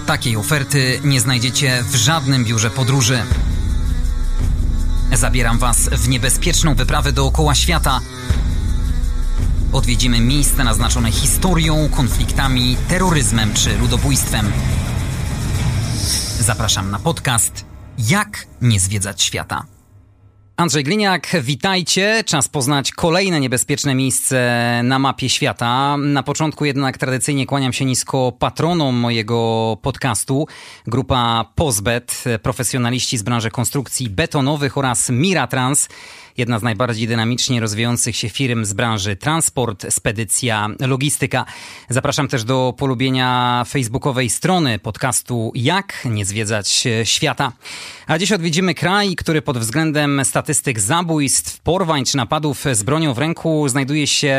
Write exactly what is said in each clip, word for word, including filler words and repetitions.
Takiej oferty nie znajdziecie w żadnym biurze podróży. Zabieram Was w niebezpieczną wyprawę dookoła świata. Odwiedzimy miejsca naznaczone historią, konfliktami, terroryzmem czy ludobójstwem. Zapraszam na podcast Jak nie zwiedzać świata. Andrzej Gliniak, witajcie. Czas poznać kolejne niebezpieczne miejsce na mapie świata. Na początku jednak tradycyjnie kłaniam się nisko patronom mojego podcastu. Grupa Pozbet, profesjonaliści z branży konstrukcji betonowych oraz Miratrans, jedna z najbardziej dynamicznie rozwijających się firm z branży transport, spedycja, logistyka. Zapraszam też do polubienia facebookowej strony podcastu Jak nie zwiedzać świata. A dziś odwiedzimy kraj, który pod względem statystyk zabójstw, porwań czy napadów z bronią w ręku znajduje się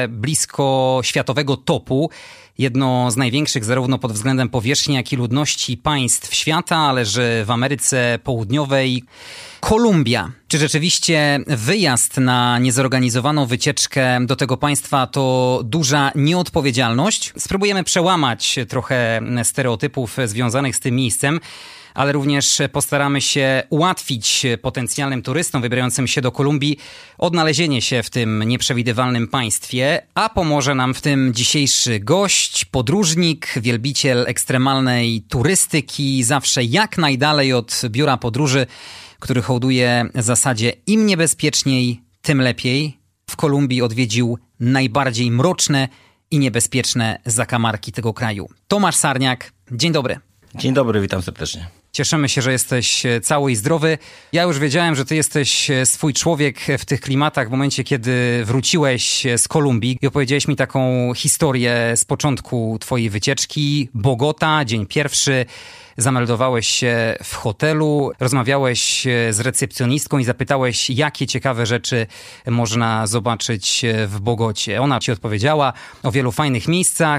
blisko światowego topu. Jedno z największych zarówno pod względem powierzchni, jak i ludności państw świata leży w Ameryce Południowej. Kolumbia. Czy rzeczywiście wyjazd na niezorganizowaną wycieczkę do tego państwa to duża nieodpowiedzialność? Spróbujemy przełamać trochę stereotypów związanych z tym miejscem, ale również postaramy się ułatwić potencjalnym turystom wybierającym się do Kolumbii odnalezienie się w tym nieprzewidywalnym państwie, a pomoże nam w tym dzisiejszy gość, podróżnik, wielbiciel ekstremalnej turystyki, zawsze jak najdalej od biura podróży, który hołduje zasadzie im niebezpieczniej, tym lepiej. W Kolumbii odwiedził najbardziej mroczne i niebezpieczne zakamarki tego kraju. Tomasz Sarniak, dzień dobry. Dzień dobry, witam serdecznie. Cieszymy się, że jesteś cały i zdrowy. Ja już wiedziałem, że ty jesteś swój człowiek w tych klimatach w momencie, kiedy wróciłeś z Kolumbii i opowiedziałeś mi taką historię z początku twojej wycieczki. Bogota, dzień pierwszy. Zameldowałeś się w hotelu, rozmawiałeś z recepcjonistką i zapytałeś, jakie ciekawe rzeczy można zobaczyć w Bogocie. Ona ci odpowiedziała o wielu fajnych miejscach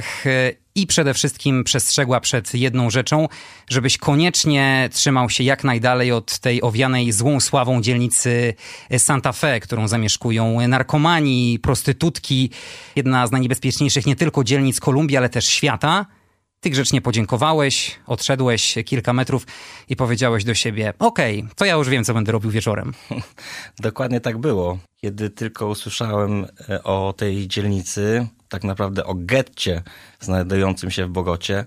i przede wszystkim przestrzegła przed jedną rzeczą, żebyś koniecznie trzymał się jak najdalej od tej owianej złą sławą dzielnicy Santa Fe, którą zamieszkują narkomani, prostytutki. Jedna z najniebezpieczniejszych nie tylko dzielnic Kolumbii, ale też świata. Ty grzecznie podziękowałeś, odszedłeś kilka metrów i powiedziałeś do siebie, okej, okay, to ja już wiem, co będę robił wieczorem. Dokładnie tak było. Kiedy tylko usłyszałem o tej dzielnicy, tak naprawdę o getcie znajdującym się w Bogocie,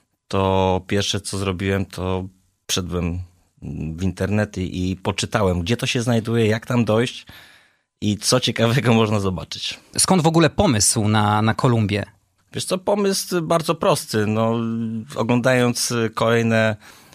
to pierwsze, co zrobiłem, to wszedłem w internety i poczytałem, gdzie to się znajduje, jak tam dojść i co ciekawego można zobaczyć. Skąd w ogóle pomysł na, na Kolumbię? Wiesz co, pomysł bardzo prosty. No, oglądając kolejne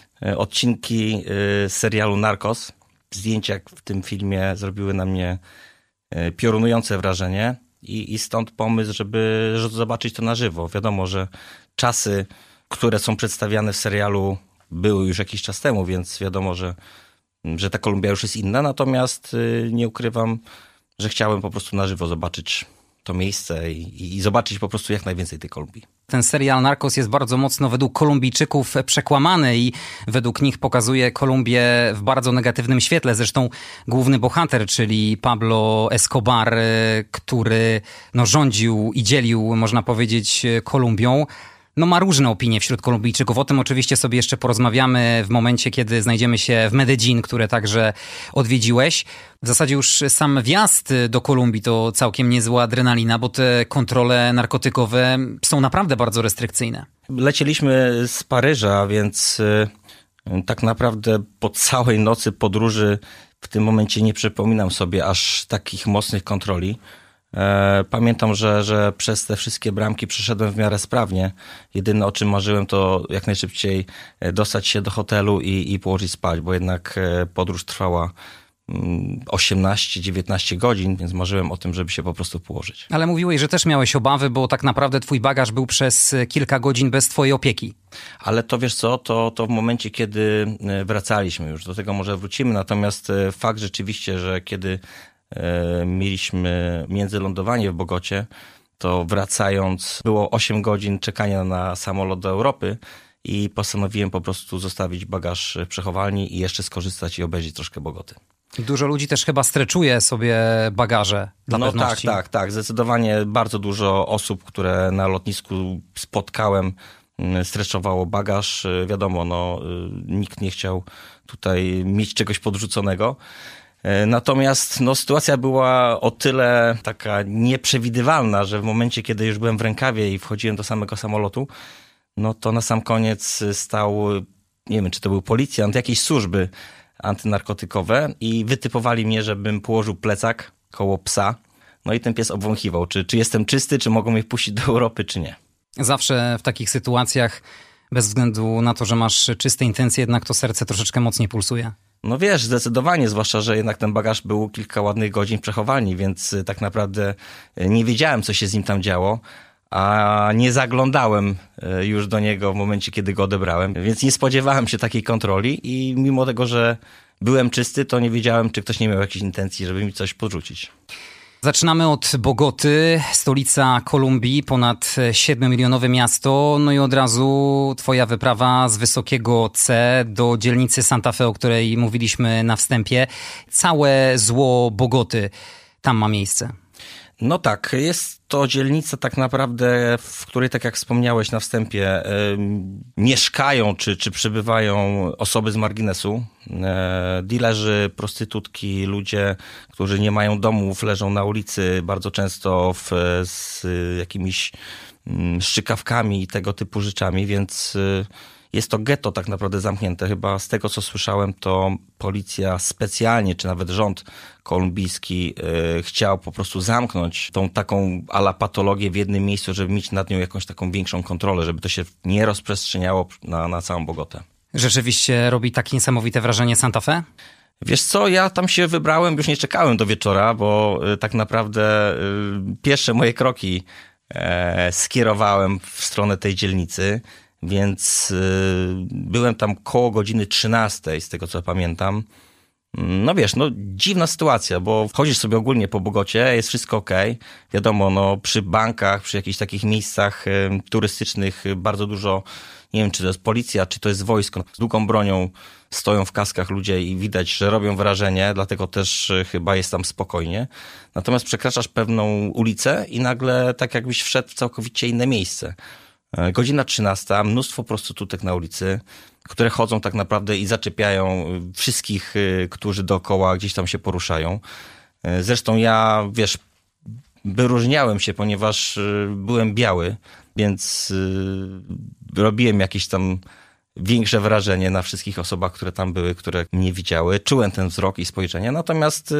odcinki serialu Narcos, zdjęcia w tym filmie zrobiły na mnie piorunujące wrażenie i, i stąd pomysł, żeby, żeby zobaczyć to na żywo. Wiadomo, że czasy, które są przedstawiane w serialu, były już jakiś czas temu, więc wiadomo, że, że ta Kolumbia już jest inna, natomiast nie ukrywam, że chciałem po prostu na żywo zobaczyć to miejsce i, i zobaczyć po prostu jak najwięcej tej Kolumbii. Ten serial Narcos jest bardzo mocno według Kolumbijczyków przekłamany i według nich pokazuje Kolumbię w bardzo negatywnym świetle. Zresztą główny bohater, czyli Pablo Escobar, który no, rządził i dzielił, można powiedzieć, Kolumbią, no ma różne opinie wśród Kolumbijczyków. O tym oczywiście sobie jeszcze porozmawiamy w momencie, kiedy znajdziemy się w Medellin, które także odwiedziłeś. W zasadzie już sam wjazd do Kolumbii to całkiem niezła adrenalina, bo te kontrole narkotykowe są naprawdę bardzo restrykcyjne. Lecieliśmy z Paryża, więc tak naprawdę po całej nocy podróży w tym momencie nie przypominam sobie aż takich mocnych kontroli. Pamiętam, że, że przez te wszystkie bramki przeszedłem w miarę sprawnie. Jedyne, o czym marzyłem, to jak najszybciej dostać się do hotelu i, i położyć spać, bo jednak podróż trwała osiemnaście dziewiętnaście godzin, więc marzyłem o tym, żeby się po prostu położyć. Ale mówiłeś, że też miałeś obawy, bo tak naprawdę twój bagaż był przez kilka godzin bez twojej opieki. Ale to wiesz co, to, to w momencie, kiedy wracaliśmy już, do tego może wrócimy, natomiast fakt rzeczywiście, że kiedy mieliśmy międzylądowanie w Bogocie, to wracając było osiem godzin czekania na samolot do Europy i postanowiłem po prostu zostawić bagaż w przechowalni i jeszcze skorzystać i obejrzeć troszkę Bogoty. Dużo ludzi też chyba streczuje sobie bagaże dla no pewności. tak, tak, tak. Zdecydowanie bardzo dużo osób, które na lotnisku spotkałem, streczowało bagaż. Wiadomo, no, nikt nie chciał tutaj mieć czegoś podrzuconego. Natomiast no, sytuacja była o tyle taka nieprzewidywalna, że w momencie, kiedy już byłem w rękawie i wchodziłem do samego samolotu, no to na sam koniec stał, nie wiem, czy to był policjant, jakieś służby antynarkotykowe i wytypowali mnie, żebym położył plecak koło psa. No i ten pies obwąchiwał, czy, czy jestem czysty, czy mogą mnie puścić do Europy, czy nie. Zawsze w takich sytuacjach, bez względu na to, że masz czyste intencje, jednak to serce troszeczkę mocniej pulsuje. No wiesz, zdecydowanie, zwłaszcza, że jednak ten bagaż był kilka ładnych godzin przechowalni, więc tak naprawdę nie wiedziałem, co się z nim tam działo, a nie zaglądałem już do niego w momencie, kiedy go odebrałem, więc nie spodziewałem się takiej kontroli i mimo tego, że byłem czysty, to nie wiedziałem, czy ktoś nie miał jakiejś intencji, żeby mi coś podrzucić. Zaczynamy od Bogoty, stolica Kolumbii, ponad siedmiomilionowe miasto, no i od razu twoja wyprawa z wysokiego C do dzielnicy Santa Fe, o której mówiliśmy na wstępie. Całe zło Bogoty tam ma miejsce. No tak, jest to dzielnica tak naprawdę, w której, tak jak wspomniałeś na wstępie, yy, mieszkają czy, czy przybywają osoby z marginesu. Yy, dealerzy, prostytutki, ludzie, którzy nie mają domów, leżą na ulicy, bardzo często w, z y, jakimiś y, szczykawkami i tego typu rzeczami, więc y, jest to getto tak naprawdę zamknięte. Chyba z tego, co słyszałem, to policja specjalnie, czy nawet rząd kolumbijski yy, chciał po prostu zamknąć tą taką a la patologię w jednym miejscu, żeby mieć nad nią jakąś taką większą kontrolę, żeby to się nie rozprzestrzeniało na, na całą Bogotę. Rzeczywiście robi takie niesamowite wrażenie Santa Fe? Wiesz co, ja tam się wybrałem, już nie czekałem do wieczora, bo y, tak naprawdę y, pierwsze moje kroki y, skierowałem w stronę tej dzielnicy. Więc y, byłem tam koło godziny trzynastej, z tego co pamiętam. No wiesz, no dziwna sytuacja, bo wchodzisz sobie ogólnie po Bogocie, jest wszystko okej. Wiadomo, no przy bankach, przy jakichś takich miejscach y, turystycznych y, bardzo dużo, nie wiem czy to jest policja, czy to jest wojsko, z długą bronią stoją w kaskach ludzie i widać, że robią wrażenie, dlatego też y, chyba jest tam spokojnie. Natomiast przekraczasz pewną ulicę i nagle tak jakbyś wszedł w całkowicie inne miejsce. Godzina trzynasta, mnóstwo prostytutek na ulicy, które chodzą tak naprawdę i zaczepiają wszystkich, którzy dookoła gdzieś tam się poruszają. Zresztą ja, wiesz, wyróżniałem się, ponieważ byłem biały, więc robiłem jakieś tam większe wrażenie na wszystkich osobach, które tam były, które mnie widziały. Czułem ten wzrok i spojrzenie, natomiast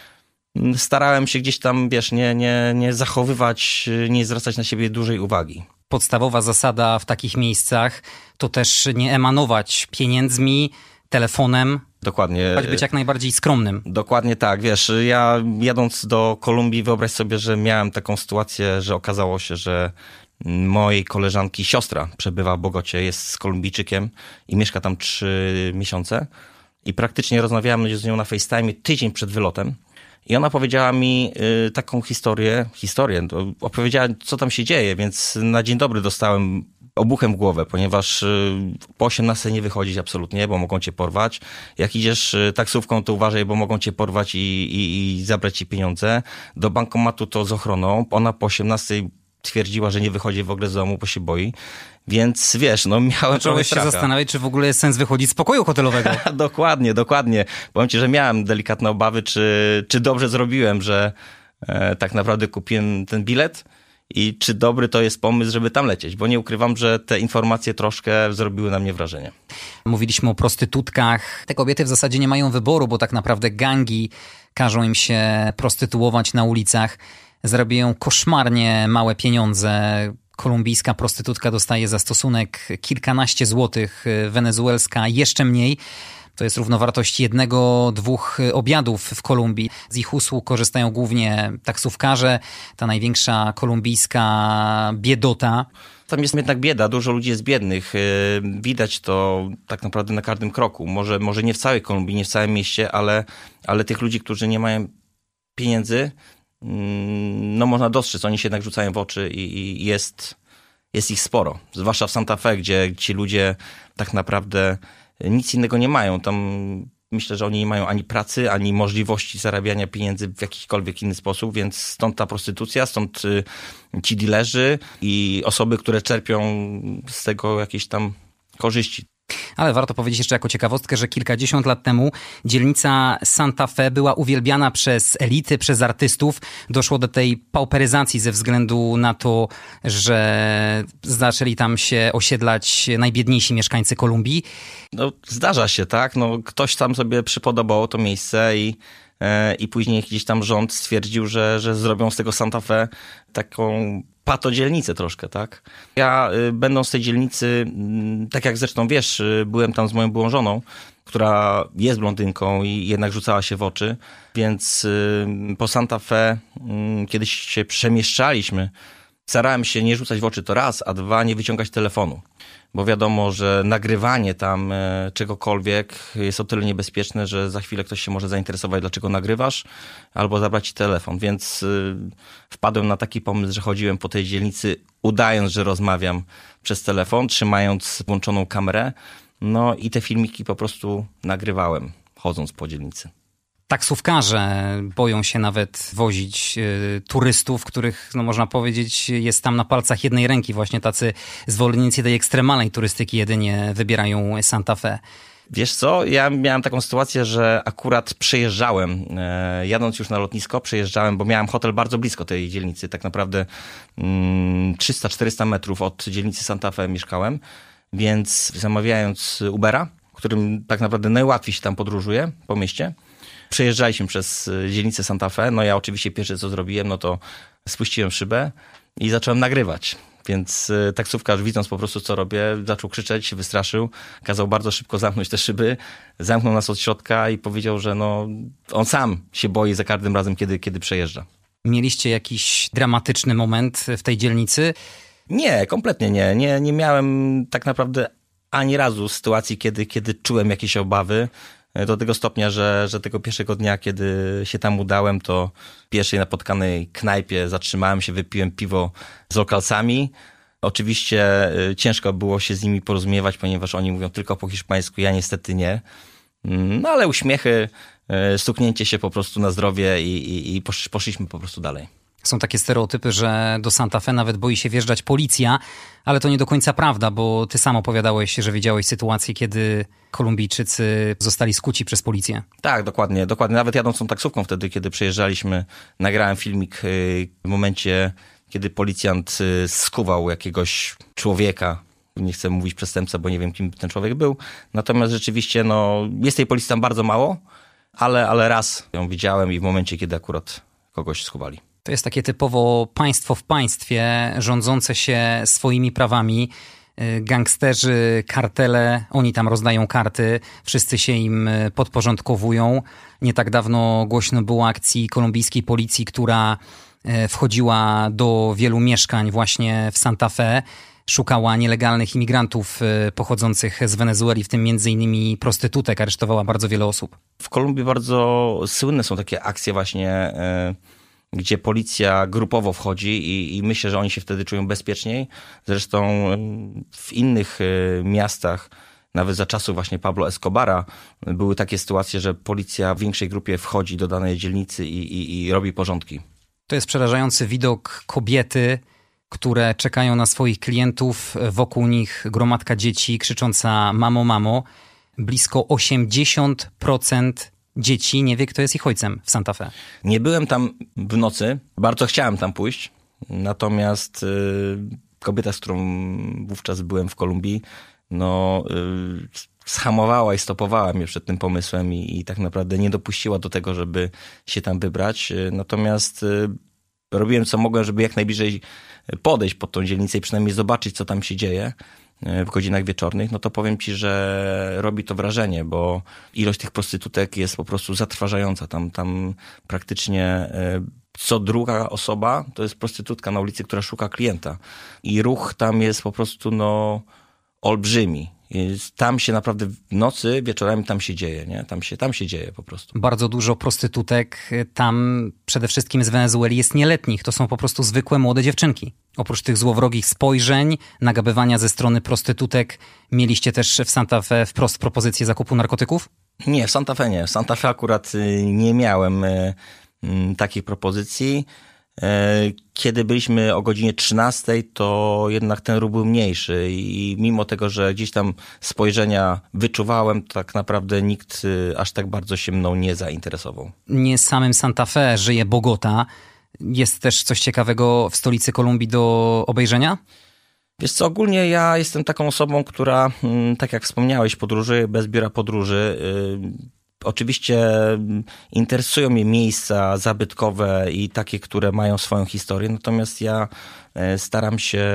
starałem się gdzieś tam, wiesz, nie, nie, nie zachowywać, nie zwracać na siebie dużej uwagi. Podstawowa zasada w takich miejscach to też nie emanować pieniędzmi, telefonem. Dokładnie. Choć być jak najbardziej skromnym. Dokładnie tak. Wiesz, ja jadąc do Kolumbii, wyobraź sobie, że miałem taką sytuację, że okazało się, że mojej koleżanki siostra przebywa w Bogocie, jest z Kolumbijczykiem i mieszka tam trzy miesiące i praktycznie rozmawiałem z nią na FaceTime tydzień przed wylotem. I ona powiedziała mi y, taką historię, historię, opowiedziała, co tam się dzieje, więc na dzień dobry dostałem obuchem w głowę, ponieważ y, po osiemnastej nie wychodzić absolutnie, bo mogą cię porwać. Jak idziesz y, taksówką, to uważaj, bo mogą cię porwać i, i, i zabrać ci pieniądze. Do bankomatu to z ochroną. Ona po osiemnastej twierdziła, że nie wychodzi w ogóle z domu, bo się boi. Więc wiesz, no miałem trochę się zastanawiać, czy w ogóle jest sens wychodzić z pokoju hotelowego. Dokładnie, dokładnie. Powiem ci, że miałem delikatne obawy, czy, czy dobrze zrobiłem, że e, tak naprawdę kupiłem ten bilet i czy dobry to jest pomysł, żeby tam lecieć, bo nie ukrywam, że te informacje troszkę zrobiły na mnie wrażenie. Mówiliśmy o prostytutkach. Te kobiety w zasadzie nie mają wyboru, bo tak naprawdę gangi każą im się prostytuować na ulicach. Zarabiają koszmarnie małe pieniądze. Kolumbijska prostytutka dostaje za stosunek kilkanaście złotych, wenezuelska jeszcze mniej. To jest równowartość jednego, dwóch obiadów w Kolumbii. Z ich usług korzystają głównie taksówkarze, ta największa kolumbijska biedota. Tam jest jednak bieda, dużo ludzi jest biednych. Widać to tak naprawdę na każdym kroku. Może, może nie w całej Kolumbii, nie w całym mieście, ale, ale tych ludzi, którzy nie mają pieniędzy, no można dostrzec, oni się jednak rzucają w oczy i, i jest, jest ich sporo. Zwłaszcza w Santa Fe, gdzie ci ludzie tak naprawdę nic innego nie mają. Tam Myślę, że oni nie mają ani pracy, ani możliwości zarabiania pieniędzy w jakikolwiek inny sposób, więc stąd ta prostytucja, stąd ci dealerzy i osoby, które czerpią z tego jakieś tam korzyści. Ale warto powiedzieć jeszcze jako ciekawostkę, że kilkadziesiąt lat temu dzielnica Santa Fe była uwielbiana przez elity, przez artystów. Doszło do tej pauperyzacji ze względu na to, że zaczęli tam się osiedlać najbiedniejsi mieszkańcy Kolumbii. No, zdarza się, tak? No, ktoś tam sobie przypodobało to miejsce i, e, i później jakiś tam rząd stwierdził, że, że zrobią z tego Santa Fe taką patodzielnicę troszkę, tak? Ja y, będąc w tej dzielnicy, y, tak jak zresztą wiesz, y, byłem tam z moją byłą żoną, która jest blondynką i jednak rzucała się w oczy, więc y, po Santa Fe, y, kiedyś się przemieszczaliśmy, starałem się nie rzucać w oczy to raz, a dwa nie wyciągać telefonu. Bo wiadomo, że nagrywanie tam e, czegokolwiek jest o tyle niebezpieczne, że za chwilę ktoś się może zainteresować, dlaczego nagrywasz, albo zabrać ci telefon. Więc y, wpadłem na taki pomysł, że chodziłem po tej dzielnicy, udając, że rozmawiam przez telefon, trzymając włączoną kamerę. No i te filmiki po prostu nagrywałem, chodząc po dzielnicy. Taksówkarze boją się nawet wozić y, turystów, których, no można powiedzieć, jest tam na palcach jednej ręki. Właśnie tacy zwolennicy tej ekstremalnej turystyki jedynie wybierają Santa Fe. Wiesz co, ja miałem taką sytuację, że akurat przejeżdżałem, e, jadąc już na lotnisko, przejeżdżałem, bo miałem hotel bardzo blisko tej dzielnicy, tak naprawdę mm, trzysta czterysta metrów od dzielnicy Santa Fe mieszkałem, więc zamawiając Ubera, którym tak naprawdę najłatwiej się tam podróżuje po mieście, przejeżdżaliśmy przez dzielnicę Santa Fe, no ja oczywiście pierwsze co zrobiłem, no to spuściłem szybę i zacząłem nagrywać. Więc taksówkarz, widząc po prostu co robię, zaczął krzyczeć, się wystraszył, kazał bardzo szybko zamknąć te szyby, zamknął nas od środka i powiedział, że no on sam się boi za każdym razem, kiedy, kiedy przejeżdża. Mieliście jakiś dramatyczny moment w tej dzielnicy? Nie, kompletnie nie. Nie, nie miałem tak naprawdę ani razu sytuacji, kiedy, kiedy czułem jakieś obawy. Do tego stopnia, że, że tego pierwszego dnia, kiedy się tam udałem, to w pierwszej napotkanej knajpie zatrzymałem się, wypiłem piwo z lokalcami. Oczywiście ciężko było się z nimi porozumiewać, ponieważ oni mówią tylko po hiszpańsku, ja niestety nie. No ale uśmiechy, stuknięcie się po prostu na zdrowie i, i, i poszliśmy po prostu dalej. Są takie stereotypy, że do Santa Fe nawet boi się wjeżdżać policja, ale to nie do końca prawda, bo ty sam opowiadałeś, że widziałeś sytuację, kiedy Kolumbijczycy zostali skuci przez policję. Tak, dokładnie. dokładnie. Nawet jadąc tą taksówką wtedy, kiedy przejeżdżaliśmy, nagrałem filmik w momencie, kiedy policjant skuwał jakiegoś człowieka. Nie chcę mówić przestępca, bo nie wiem, kim ten człowiek był. Natomiast rzeczywiście no, jest tej policji tam bardzo mało, ale, ale raz ją widziałem i w momencie, kiedy akurat kogoś skuwali. To jest takie typowo państwo w państwie, rządzące się swoimi prawami. Gangsterzy, kartele, oni tam rozdają karty, wszyscy się im podporządkowują. Nie tak dawno głośno było akcji kolumbijskiej policji, która wchodziła do wielu mieszkań właśnie w Santa Fe. Szukała nielegalnych imigrantów pochodzących z Wenezueli, w tym między innymi prostytutek, aresztowała bardzo wiele osób. W Kolumbii bardzo słynne są takie akcje właśnie, gdzie policja grupowo wchodzi i, i myślę, że oni się wtedy czują bezpieczniej. Zresztą w innych miastach, nawet za czasów właśnie Pablo Escobara, były takie sytuacje, że policja w większej grupie wchodzi do danej dzielnicy i, i, i robi porządki. To jest przerażający widok kobiety, które czekają na swoich klientów, wokół nich gromadka dzieci krzycząca mamo, mamo. Blisko osiemdziesiąt procent dzieci nie wie, kto jest ich ojcem w Santa Fe. Nie byłem tam w nocy, bardzo chciałem tam pójść, natomiast y, kobieta, z którą wówczas byłem w Kolumbii, no y, zhamowała i stopowała mnie przed tym pomysłem i, i tak naprawdę nie dopuściła do tego, żeby się tam wybrać. Y, natomiast y, robiłem co mogłem, żeby jak najbliżej podejść pod tą dzielnicę i przynajmniej zobaczyć, co tam się dzieje w godzinach wieczornych, no to powiem ci, że robi to wrażenie, bo ilość tych prostytutek jest po prostu zatrważająca. Tam, tam praktycznie co druga osoba to jest prostytutka na ulicy, która szuka klienta. I ruch tam jest po prostu no olbrzymi. Tam się naprawdę w nocy, wieczorami tam się dzieje, nie? Tam się, tam się dzieje po prostu. Bardzo dużo prostytutek tam przede wszystkim z Wenezueli jest nieletnich. To są po prostu zwykłe młode dziewczynki. Oprócz tych złowrogich spojrzeń, nagabywania ze strony prostytutek, mieliście też w Santa Fe wprost propozycję zakupu narkotyków? Nie, w Santa Fe nie. W Santa Fe akurat nie miałem takiej propozycji. Kiedy byliśmy o godzinie trzynastej, to jednak ten ruch był mniejszy i mimo tego, że gdzieś tam spojrzenia wyczuwałem, to tak naprawdę nikt aż tak bardzo się mną nie zainteresował. Nie samym Santa Fe żyje Bogota. Jest też coś ciekawego w stolicy Kolumbii do obejrzenia? Wiesz co, ogólnie ja jestem taką osobą, która, tak jak wspomniałeś, podróżuje bez biura podróży. Oczywiście interesują mnie miejsca zabytkowe i takie, które mają swoją historię, natomiast ja staram się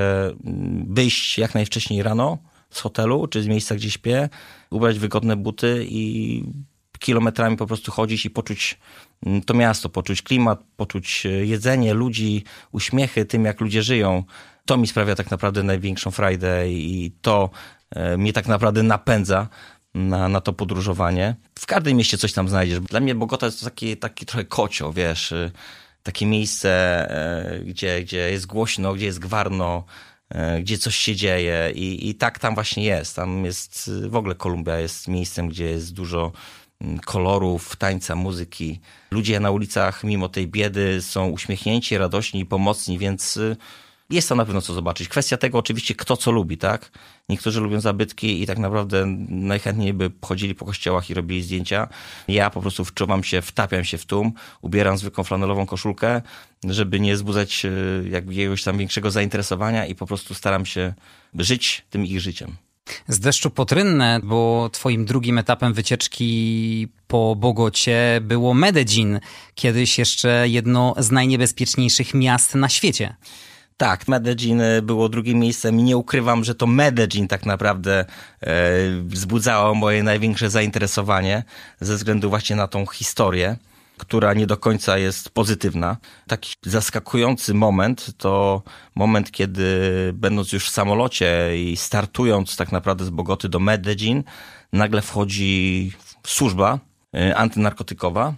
wyjść jak najwcześniej rano z hotelu czy z miejsca, gdzie śpię, ubrać wygodne buty i kilometrami po prostu chodzić i poczuć to miasto, poczuć klimat, poczuć jedzenie, ludzi, uśmiechy tym, jak ludzie żyją. To mi sprawia tak naprawdę największą frajdę i to mnie tak naprawdę napędza na, na to podróżowanie. W każdym mieście coś tam znajdziesz. Dla mnie Bogota jest to taki, taki trochę kocioł, wiesz, takie miejsce, gdzie, gdzie jest głośno, gdzie jest gwarno, gdzie coś się dzieje i, i tak tam właśnie jest. Tam jest, w ogóle Kolumbia jest miejscem, gdzie jest dużo kolorów, tańca, muzyki. Ludzie na ulicach mimo tej biedy są uśmiechnięci, radośni i pomocni, więc jest tam na pewno co zobaczyć. Kwestia tego oczywiście, kto co lubi, tak? Niektórzy lubią zabytki i tak naprawdę najchętniej by chodzili po kościołach i robili zdjęcia. Ja po prostu wczuwam się, wtapiam się w tłum, ubieram zwykłą flanelową koszulkę, żeby nie wzbudzać jakiegoś tam większego zainteresowania i po prostu staram się żyć tym ich życiem. Z deszczu pod rynnę, bo twoim drugim etapem wycieczki po Bogocie było Medellin, kiedyś jeszcze jedno z najniebezpieczniejszych miast na świecie. Tak, Medellin było drugim miejscem i nie ukrywam, że to Medellin tak naprawdę e, wzbudzało moje największe zainteresowanie ze względu właśnie na tą historię, która nie do końca jest pozytywna. Taki zaskakujący moment to moment, kiedy będąc już w samolocie i startując tak naprawdę z Bogoty do Medellin, nagle wchodzi służba antynarkotykowa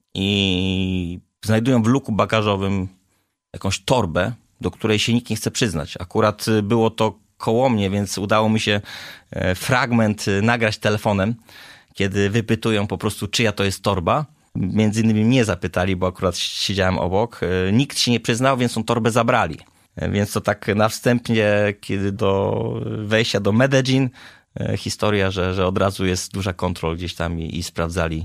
i znajdują w luku bagażowym jakąś torbę, do której się nikt nie chce przyznać. Akurat było to koło mnie, więc udało mi się fragment nagrać telefonem, kiedy wypytują po prostu, czyja to jest torba. Między innymi mnie zapytali, bo akurat siedziałem obok. Nikt się nie przyznał, więc tą torbę zabrali. Więc to tak na wstępie, kiedy do wejścia do Medellin, historia, że, że od razu jest duża kontrola gdzieś tam i, i sprawdzali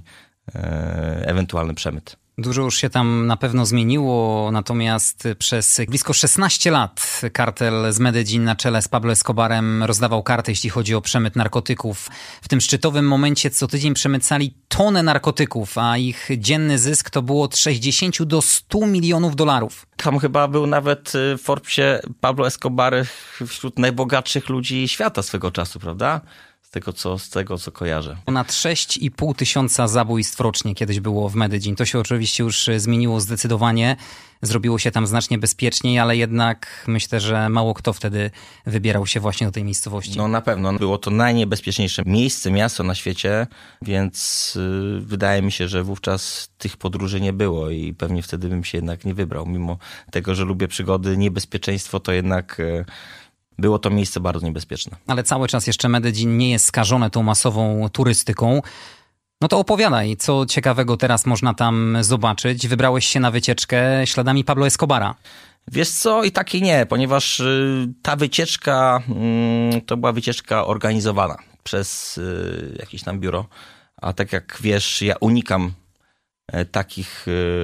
e, ewentualny przemyt. Dużo już się tam na pewno zmieniło, natomiast przez blisko szesnaście lat kartel z Medellin na czele z Pablo Escobarem rozdawał karty, jeśli chodzi o przemyt narkotyków. W tym szczytowym momencie co tydzień przemycali tonę narkotyków, a ich dzienny zysk to było od sześćdziesięciu do stu milionów dolarów. Tam chyba był nawet w Forbesie Pablo Escobar wśród najbogatszych ludzi świata swego czasu, prawda? Z tego, co, z tego, co kojarzę. Ponad sześć i pół tysiąca zabójstw rocznie kiedyś było w Medellin. To się oczywiście już zmieniło zdecydowanie. Zrobiło się tam znacznie bezpieczniej, ale jednak myślę, że mało kto wtedy wybierał się właśnie do tej miejscowości. No na pewno. Było to najniebezpieczniejsze miejsce, miasto na świecie, więc yy, wydaje mi się, że wówczas tych podróży nie było i pewnie wtedy bym się jednak nie wybrał. Mimo tego, że lubię przygody, niebezpieczeństwo, to jednak... Yy, Było to miejsce bardzo niebezpieczne. Ale cały czas jeszcze Medellin nie jest skażone tą masową turystyką. No to opowiadaj, co ciekawego teraz można tam zobaczyć. Wybrałeś się na wycieczkę śladami Pablo Escobara. Wiesz co, i tak i nie, ponieważ ta wycieczka to była wycieczka organizowana przez jakieś tam biuro. A tak jak wiesz, ja unikam takich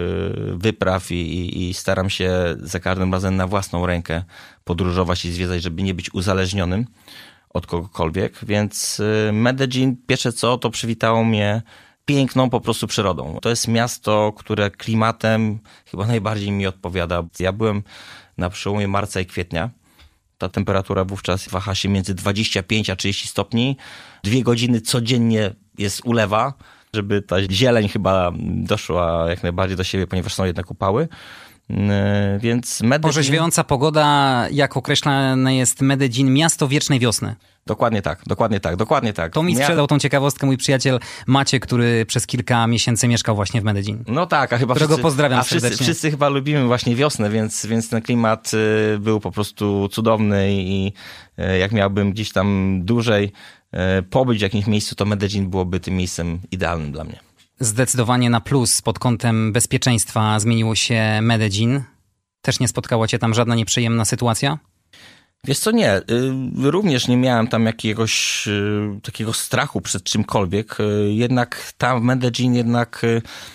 wypraw i, i, i staram się za każdym razem na własną rękę podróżować i zwiedzać, żeby nie być uzależnionym od kogokolwiek. Więc Medellin, pierwsze co, to przywitało mnie piękną po prostu przyrodą. To jest miasto, które klimatem chyba najbardziej mi odpowiada. Ja byłem na przełomie marca i kwietnia. Ta temperatura wówczas waha się między dwadzieścia pięć a trzydzieści stopni. Dwie godziny codziennie jest ulewa, żeby ta zieleń chyba doszła jak najbardziej do siebie, ponieważ są jednak upały. Więc Medellin... Orzeźwiająca pogoda, jak określane jest Medellin, miasto wiecznej wiosny. Dokładnie tak, dokładnie tak, dokładnie tak. To mi sprzedał tą ciekawostkę mój przyjaciel Maciek, który przez kilka miesięcy mieszkał właśnie w Medellin. No tak, a chyba którego wszyscy, pozdrawiam a wszyscy, serdecznie. wszyscy chyba lubimy właśnie wiosnę, więc, więc ten klimat był po prostu cudowny i jak miałbym gdzieś tam dłużej pobyć w jakimś miejscu, to Medellin byłoby tym miejscem idealnym dla mnie. Zdecydowanie na plus pod kątem bezpieczeństwa zmieniło się Medellin. Też nie spotkała cię tam żadna nieprzyjemna sytuacja? Wiesz co, nie. Również nie miałem tam jakiegoś takiego strachu przed czymkolwiek. Jednak tam w Medellin jednak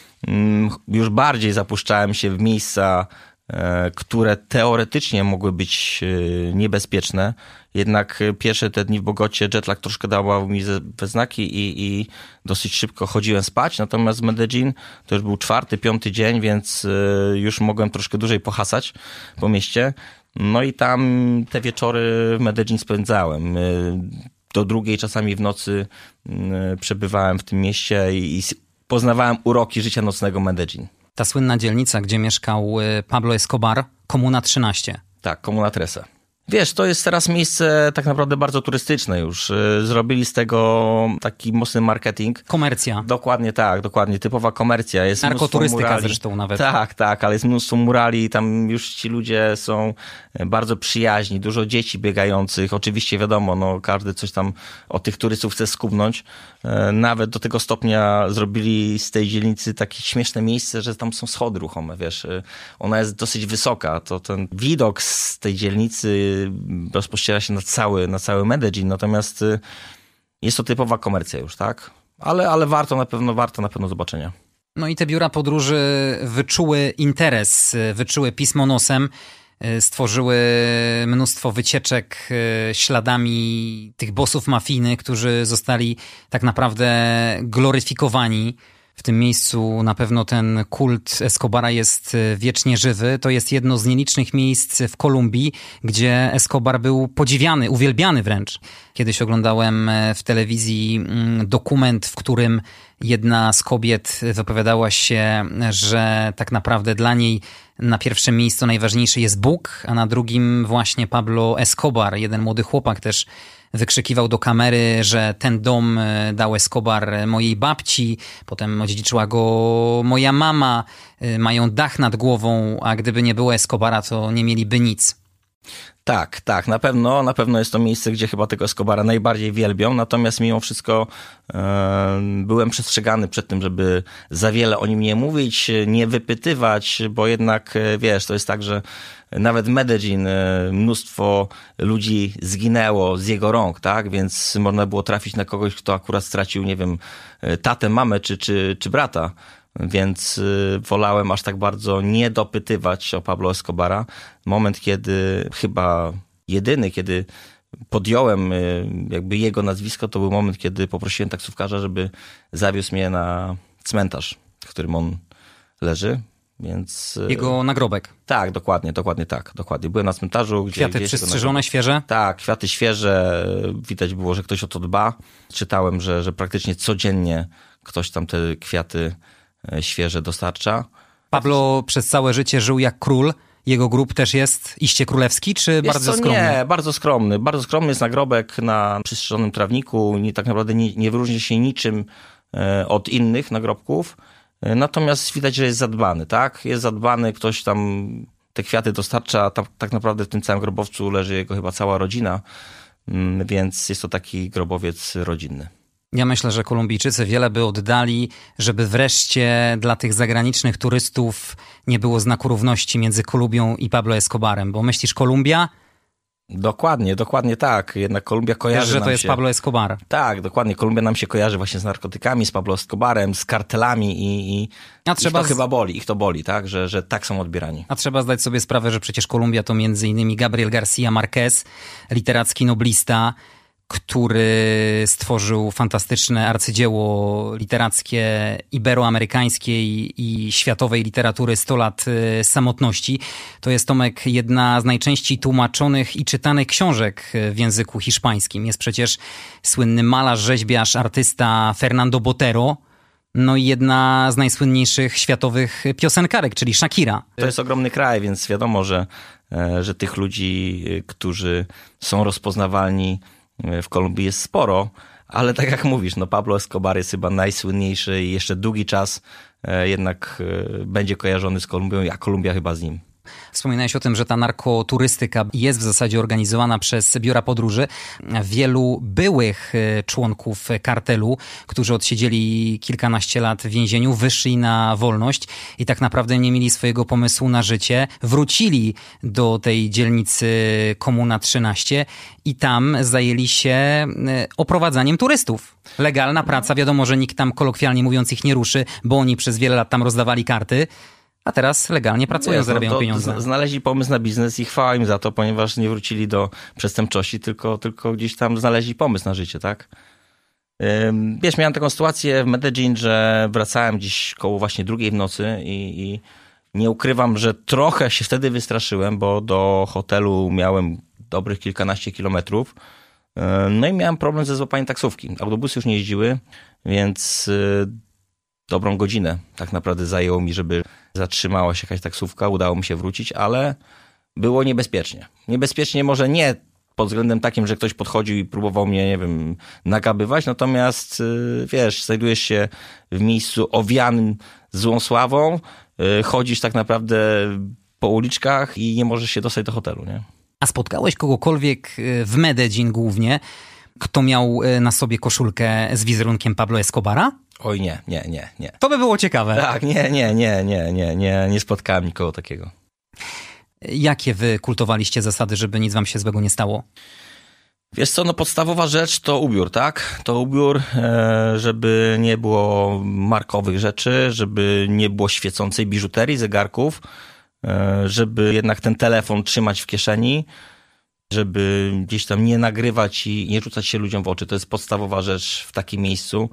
już bardziej zapuszczałem się w miejsca, które teoretycznie mogły być niebezpieczne. Jednak pierwsze te dni w Bogocie jetlag troszkę dawał mi we znaki i, i dosyć szybko chodziłem spać. Natomiast Medellin to już był czwarty, piąty dzień, więc już mogłem troszkę dłużej pohasać po mieście. No i tam te wieczory w Medellin spędzałem. Do drugiej czasami w nocy przebywałem w tym mieście i poznawałem uroki życia nocnego Medellin. Ta słynna dzielnica, gdzie mieszkał Pablo Escobar, Komuna trzynaście. Tak, Komuna trzynaście. Wiesz, to jest teraz miejsce tak naprawdę bardzo turystyczne już. Zrobili z tego taki mocny marketing. Komercja. Dokładnie tak, dokładnie. Typowa komercja. Jest narkoturystyka zresztą nawet. Tak, tak, ale jest mnóstwo murali. Tam już ci ludzie są bardzo przyjaźni. Dużo dzieci biegających. Oczywiście wiadomo, no każdy coś tam od tych turystów chce skubnąć. Nawet do tego stopnia zrobili z tej dzielnicy takie śmieszne miejsce, że tam są schody ruchome, wiesz. Ona jest dosyć wysoka. To ten widok z tej dzielnicy rozpościera się na cały, na cały Medellin, natomiast jest to typowa komercja już, tak? Ale, ale warto na pewno, warto na pewno zobaczenia. No i te biura podróży wyczuły interes, wyczuły pismo nosem, stworzyły mnóstwo wycieczek śladami tych bossów mafijnych, którzy zostali tak naprawdę gloryfikowani. W tym miejscu na pewno ten kult Escobara jest wiecznie żywy. To jest jedno z nielicznych miejsc w Kolumbii, gdzie Escobar był podziwiany, uwielbiany wręcz. Kiedyś oglądałem w telewizji dokument, w którym jedna z kobiet wypowiadała się, że tak naprawdę dla niej na pierwszym miejscu najważniejszy jest Bóg, a na drugim właśnie Pablo Escobar, jeden młody chłopak też wykrzykiwał do kamery, że ten dom dał Escobar mojej babci, potem odziedziczyła go moja mama, mają dach nad głową, a gdyby nie było Escobara, to nie mieliby nic. Tak, tak, na pewno, na pewno jest to miejsce, gdzie chyba tego Escobara najbardziej wielbią, natomiast mimo wszystko e, byłem przestrzegany przed tym, żeby za wiele o nim nie mówić, nie wypytywać, bo jednak, wiesz, to jest tak, że nawet w Medellin mnóstwo ludzi zginęło z jego rąk, tak, więc można było trafić na kogoś, kto akurat stracił, nie wiem, tatę, mamę czy, czy, czy brata. Więc wolałem aż tak bardzo nie dopytywać o Pablo Escobara. Moment, kiedy chyba jedyny, kiedy podjąłem jakby jego nazwisko, to był moment, kiedy poprosiłem taksówkarza, żeby zawiózł mnie na cmentarz, w którym on leży. Więc... Jego nagrobek. Tak, dokładnie, dokładnie tak. Dokładnie. Byłem na cmentarzu. Gdzie, kwiaty przystrzyżone, świeże? Tak, kwiaty świeże. Widać było, że ktoś o to dba. Czytałem, że, że praktycznie codziennie ktoś tam te kwiaty świeże dostarcza. Pablo przez całe życie żył jak król. Jego grób też jest iście królewski, czy Wiesz bardzo co, skromny? Nie, bardzo skromny. Bardzo skromny jest nagrobek na przystrzyżonym trawniku. Nie, tak naprawdę nie, nie wyróżnia się niczym od innych nagrobków. Natomiast widać, że jest zadbany, tak? Jest zadbany, ktoś tam te kwiaty dostarcza. Tam, tak naprawdę w tym całym grobowcu leży jego chyba cała rodzina, więc jest to taki grobowiec rodzinny. Ja myślę, że Kolumbijczycy wiele by oddali, żeby wreszcie dla tych zagranicznych turystów nie było znaku równości między Kolumbią i Pablo Escobarem. Bo myślisz Kolumbia? Dokładnie, dokładnie tak. Jednak Kolumbia kojarzy Wiesz, że nam to jest się... Pablo Escobar. Tak, dokładnie. Kolumbia nam się kojarzy właśnie z narkotykami, z Pablo Escobarem, z kartelami i, i A trzeba ich to z... chyba boli, ich to boli, tak? Że, że tak są odbierani. A trzeba zdać sobie sprawę, że przecież Kolumbia to między innymi Gabriel García Márquez, literacki noblista, który stworzył fantastyczne arcydzieło literackie iberoamerykańskiej i światowej literatury sto lat samotności. To jest, Tomek, jedna z najczęściej tłumaczonych i czytanych książek w języku hiszpańskim. Jest przecież słynny malarz, rzeźbiarz, artysta Fernando Botero, No i jedna z najsłynniejszych światowych piosenkarek, czyli Shakira. To jest ogromny kraj, więc wiadomo, że, że tych ludzi, którzy są rozpoznawalni w Kolumbii jest sporo, ale tak jak mówisz, no Pablo Escobar jest chyba najsłynniejszy i jeszcze długi czas jednak będzie kojarzony z Kolumbią, a Kolumbia chyba z nim. Wspominałeś o tym, że ta narkoturystyka jest w zasadzie organizowana przez biura podróży. Wielu byłych członków kartelu, którzy odsiedzieli kilkanaście lat w więzieniu, wyszli na wolność i tak naprawdę nie mieli swojego pomysłu na życie. Wrócili do tej dzielnicy Komuna trzynaście i tam zajęli się oprowadzaniem turystów. Legalna praca, wiadomo, że nikt tam kolokwialnie mówiąc ich nie ruszy, bo oni przez wiele lat tam rozdawali karty. A teraz legalnie pracują, zarabiają no pieniądze. Znaleźli pomysł na biznes i chwała im za to, ponieważ nie wrócili do przestępczości, tylko, tylko gdzieś tam znaleźli pomysł na życie, tak? Wiesz, miałem taką sytuację w Medellin, że wracałem gdzieś koło właśnie drugiej w nocy i, i nie ukrywam, że trochę się wtedy wystraszyłem, bo do hotelu miałem dobrych kilkanaście kilometrów. No i miałem problem ze złapaniem taksówki. Autobusy już nie jeździły, więc dobrą godzinę tak naprawdę zajęło mi, żeby zatrzymała się jakaś taksówka, udało mi się wrócić, ale było niebezpiecznie. Niebezpiecznie może nie pod względem takim, że ktoś podchodził i próbował mnie, nie wiem, nagabywać, natomiast wiesz, znajdujesz się w miejscu owianym złą sławą, chodzisz tak naprawdę po uliczkach i nie możesz się dostać do hotelu, nie? A spotkałeś kogokolwiek w Medellin głównie, kto miał na sobie koszulkę z wizerunkiem Pablo Escobara? Oj nie, nie, nie, nie. To by było ciekawe. Tak, nie, nie, nie, nie, nie, nie, nie spotkałem nikogo takiego. Jakie wy kultowaliście zasady, żeby nic wam się złego nie stało? Wiesz co, no podstawowa rzecz to ubiór, tak? To ubiór, żeby nie było markowych rzeczy, żeby nie było świecącej biżuterii, zegarków, żeby jednak ten telefon trzymać w kieszeni, żeby gdzieś tam nie nagrywać i nie rzucać się ludziom w oczy. To jest podstawowa rzecz w takim miejscu,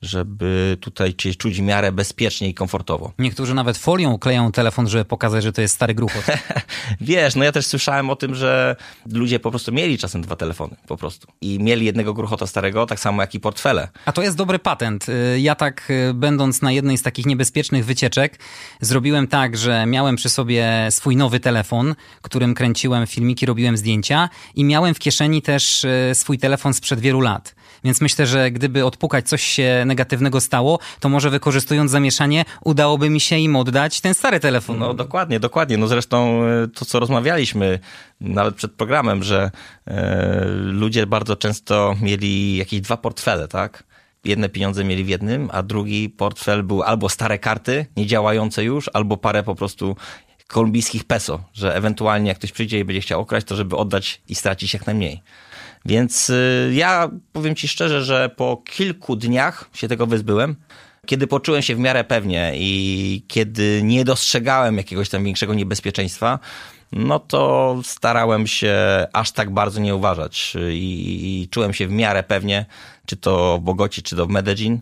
żeby tutaj się czuć w miarę bezpiecznie i komfortowo. Niektórzy nawet folią kleją telefon, żeby pokazać, że to jest stary gruchot. Wiesz, no ja też słyszałem o tym, że ludzie po prostu mieli czasem dwa telefony, po prostu. I mieli jednego gruchota starego, tak samo jak i portfele. A to jest dobry patent. Ja tak, będąc na jednej z takich niebezpiecznych wycieczek, zrobiłem tak, że miałem przy sobie swój nowy telefon, którym kręciłem filmiki, robiłem zdjęcia i miałem w kieszeni też swój telefon sprzed wielu lat. Więc myślę, że gdyby odpukać coś się negatywnego stało, to może wykorzystując zamieszanie udałoby mi się im oddać ten stary telefon. No dokładnie, dokładnie. No zresztą to, co rozmawialiśmy nawet przed programem, że e, ludzie bardzo często mieli jakieś dwa portfele, tak? Jedne pieniądze mieli w jednym, a drugi portfel był albo stare karty, niedziałające już, albo parę po prostu kolumbijskich peso, że ewentualnie jak ktoś przyjdzie i będzie chciał okraść, to żeby oddać i stracić jak najmniej. Więc ja powiem ci szczerze, że po kilku dniach się tego wyzbyłem, kiedy poczułem się w miarę pewnie i kiedy nie dostrzegałem jakiegoś tam większego niebezpieczeństwa, no to starałem się aż tak bardzo nie uważać i, i czułem się w miarę pewnie, czy to w Bogocie, czy to w Medellin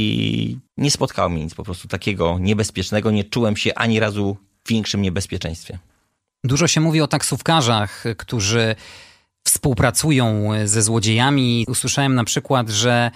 i nie spotkało mnie nic po prostu takiego niebezpiecznego, nie czułem się ani razu w większym niebezpieczeństwie. Dużo się mówi o taksówkarzach, którzy współpracują ze złodziejami. Usłyszałem na przykład, że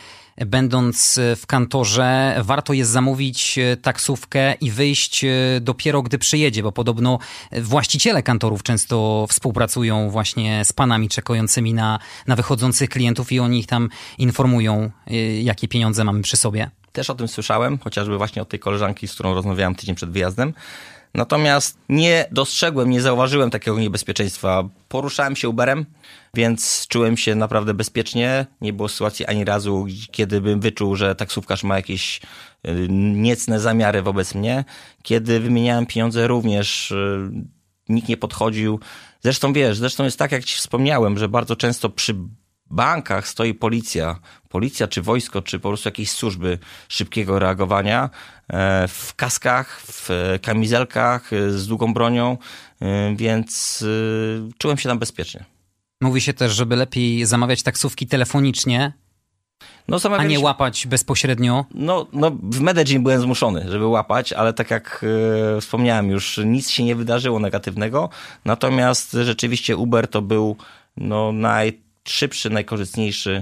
będąc w kantorze warto jest zamówić taksówkę i wyjść dopiero gdy przyjedzie, bo podobno właściciele kantorów często współpracują właśnie z panami czekającymi na, na wychodzących klientów i oni ich tam informują, jakie pieniądze mamy przy sobie. Też o tym słyszałem, chociażby właśnie od tej koleżanki, z którą rozmawiałem tydzień przed wyjazdem. Natomiast nie dostrzegłem, nie zauważyłem takiego niebezpieczeństwa. Poruszałem się Uberem, więc czułem się naprawdę bezpiecznie. Nie było sytuacji ani razu, kiedy bym wyczuł, że taksówkarz ma jakieś niecne zamiary wobec mnie. Kiedy wymieniałem pieniądze, również nikt nie podchodził. Zresztą wiesz, zresztą jest tak, jak ci wspomniałem, że bardzo często przy bankach stoi policja, policja czy wojsko, czy po prostu jakieś służby szybkiego reagowania w kaskach, w kamizelkach z długą bronią, więc czułem się tam bezpiecznie. Mówi się też, żeby lepiej zamawiać taksówki telefonicznie, no, a nie łapać bezpośrednio. No, no w Medellin byłem zmuszony, żeby łapać, ale tak jak e, wspomniałem już, nic się nie wydarzyło negatywnego, natomiast rzeczywiście Uber to był no, najszybszy, najkorzystniejszy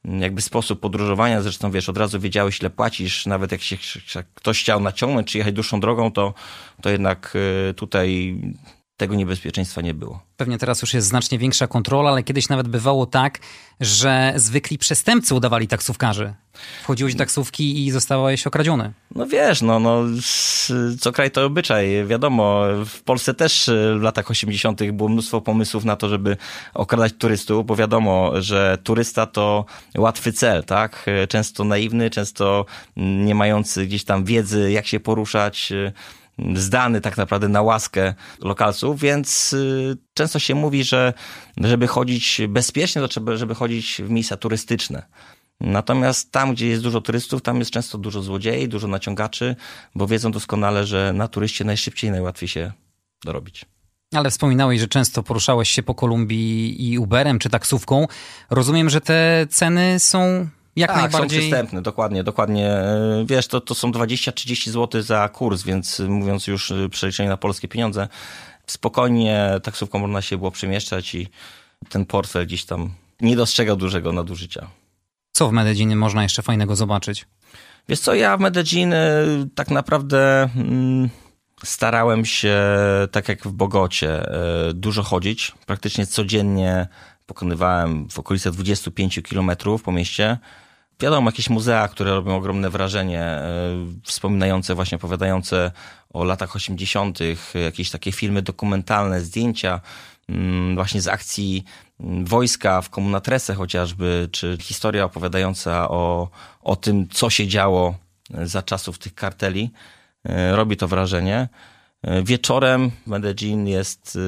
jakby sposób podróżowania. Zresztą wiesz, od razu wiedziałeś, ile płacisz. Nawet jak się jak ktoś chciał naciągnąć czy jechać dłuższą drogą, to, to jednak tutaj tego niebezpieczeństwa nie było. Pewnie teraz już jest znacznie większa kontrola, ale kiedyś nawet bywało tak, że zwykli przestępcy udawali taksówkarzy. Wchodziłeś do taksówki i zostałeś okradziony. No wiesz, no, no co kraj to obyczaj. Wiadomo, w Polsce też w latach osiemdziesiątych było mnóstwo pomysłów na to, żeby okradać turystów, bo wiadomo, że turysta to łatwy cel, tak? Często naiwny, często nie mający gdzieś tam wiedzy, jak się poruszać, zdany tak naprawdę na łaskę lokalców, więc y, często się mówi, że żeby chodzić bezpiecznie, to trzeba, żeby chodzić w miejsca turystyczne. Natomiast tam, gdzie jest dużo turystów, tam jest często dużo złodziei, dużo naciągaczy, bo wiedzą doskonale, że na turyście najszybciej i najłatwiej się dorobić. Ale wspominałeś, że często poruszałeś się po Kolumbii i Uberem czy taksówką. Rozumiem, że te ceny są... Jak tak, najbardziej... są przystępne, dokładnie, dokładnie. Wiesz, to, to są dwadzieścia trzydzieści złotych za kurs, więc mówiąc już przeliczenie na polskie pieniądze, spokojnie taksówką można się było przemieszczać i ten portfel gdzieś tam nie dostrzegał dużego nadużycia. Co w Medellin można jeszcze fajnego zobaczyć? Wiesz co, ja w Medellin tak naprawdę mm, starałem się, tak jak w Bogocie, dużo chodzić. Praktycznie codziennie pokonywałem w okolice dwadzieścia pięć kilometrów po mieście. Wiadomo, jakieś muzea, które robią ogromne wrażenie, wspominające właśnie, opowiadające o latach osiemdziesiątych, jakieś takie filmy dokumentalne, zdjęcia właśnie z akcji wojska w Komunatresę chociażby, czy historia opowiadająca o, o tym, co się działo za czasów tych karteli. Robi to wrażenie. Wieczorem Medellin jest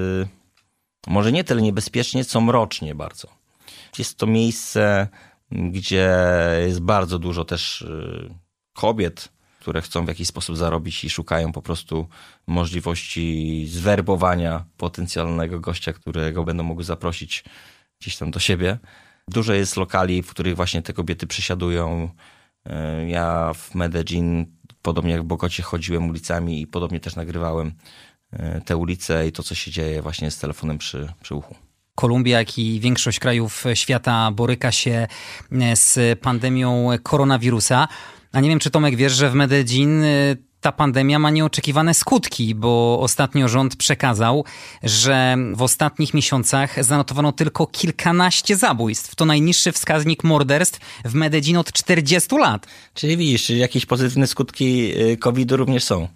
może nie tyle niebezpiecznie, co mrocznie bardzo. Jest to miejsce, gdzie jest bardzo dużo też kobiet, które chcą w jakiś sposób zarobić i szukają po prostu możliwości zwerbowania potencjalnego gościa, którego będą mogły zaprosić gdzieś tam do siebie. Dużo jest lokali, w których właśnie te kobiety przesiadują. Ja w Medellin, podobnie jak w Bogocie, chodziłem ulicami i podobnie też nagrywałem te ulice i to, co się dzieje właśnie z telefonem przy, przy uchu. Kolumbia, jak i większość krajów świata boryka się z pandemią koronawirusa. A nie wiem, czy Tomek wiesz, że w Medellin ta pandemia ma nieoczekiwane skutki, bo ostatnio rząd przekazał, że w ostatnich miesiącach zanotowano tylko kilkanaście zabójstw. To najniższy wskaźnik morderstw w Medellin od czterdziestu lat. Czyli widzisz, jakieś pozytywne skutki kowida również są.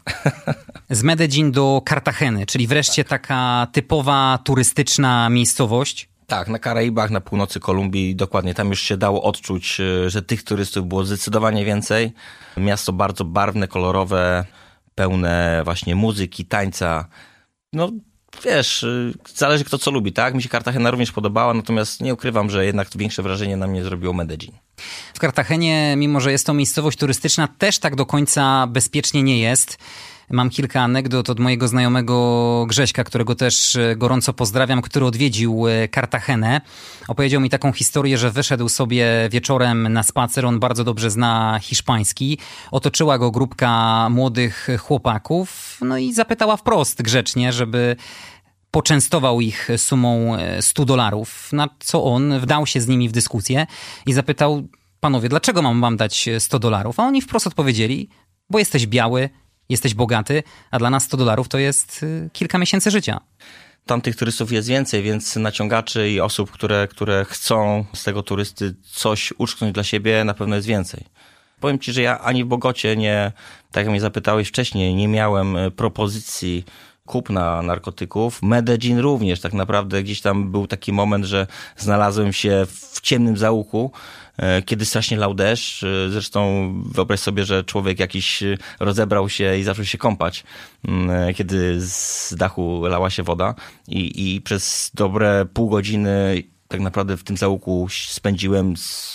Z Medellin do Cartageny, czyli wreszcie tak. taka typowa turystyczna miejscowość. Tak, na Karaibach, na północy Kolumbii, dokładnie. Tam już się dało odczuć, że tych turystów było zdecydowanie więcej. Miasto bardzo barwne, kolorowe, pełne właśnie muzyki, tańca. No wiesz, zależy kto co lubi, tak? Mi się Cartagena również podobała, natomiast nie ukrywam, że jednak większe wrażenie na mnie zrobiło Medellin. W Cartagenie, mimo że jest to miejscowość turystyczna, też tak do końca bezpiecznie nie jest. Mam kilka anegdot od mojego znajomego Grześka, którego też gorąco pozdrawiam, który odwiedził Cartagenę. Opowiedział mi taką historię, że wyszedł sobie wieczorem na spacer, on bardzo dobrze zna hiszpański. Otoczyła go grupka młodych chłopaków, no i zapytała wprost grzecznie, żeby poczęstował ich sumą stu dolarów, na co on wdał się z nimi w dyskusję i zapytał: panowie, dlaczego mam wam dać sto dolarów? A oni wprost odpowiedzieli: bo jesteś biały, jesteś bogaty, a dla nas sto dolarów to jest kilka miesięcy życia. Tam tych turystów jest więcej, więc naciągaczy i osób, które, które chcą z tego turysty coś uczknąć dla siebie, na pewno jest więcej. Powiem ci, że ja ani w Bogocie nie, tak jak mnie zapytałeś wcześniej, nie miałem propozycji kupna narkotyków. Medellin również, tak naprawdę gdzieś tam był taki moment, że znalazłem się w ciemnym zaułku, kiedy strasznie lał deszcz. Zresztą wyobraź sobie, że człowiek jakiś rozebrał się i zaczął się kąpać, kiedy z dachu lała się woda i, i przez dobre pół godziny tak naprawdę w tym zaułku spędziłem z,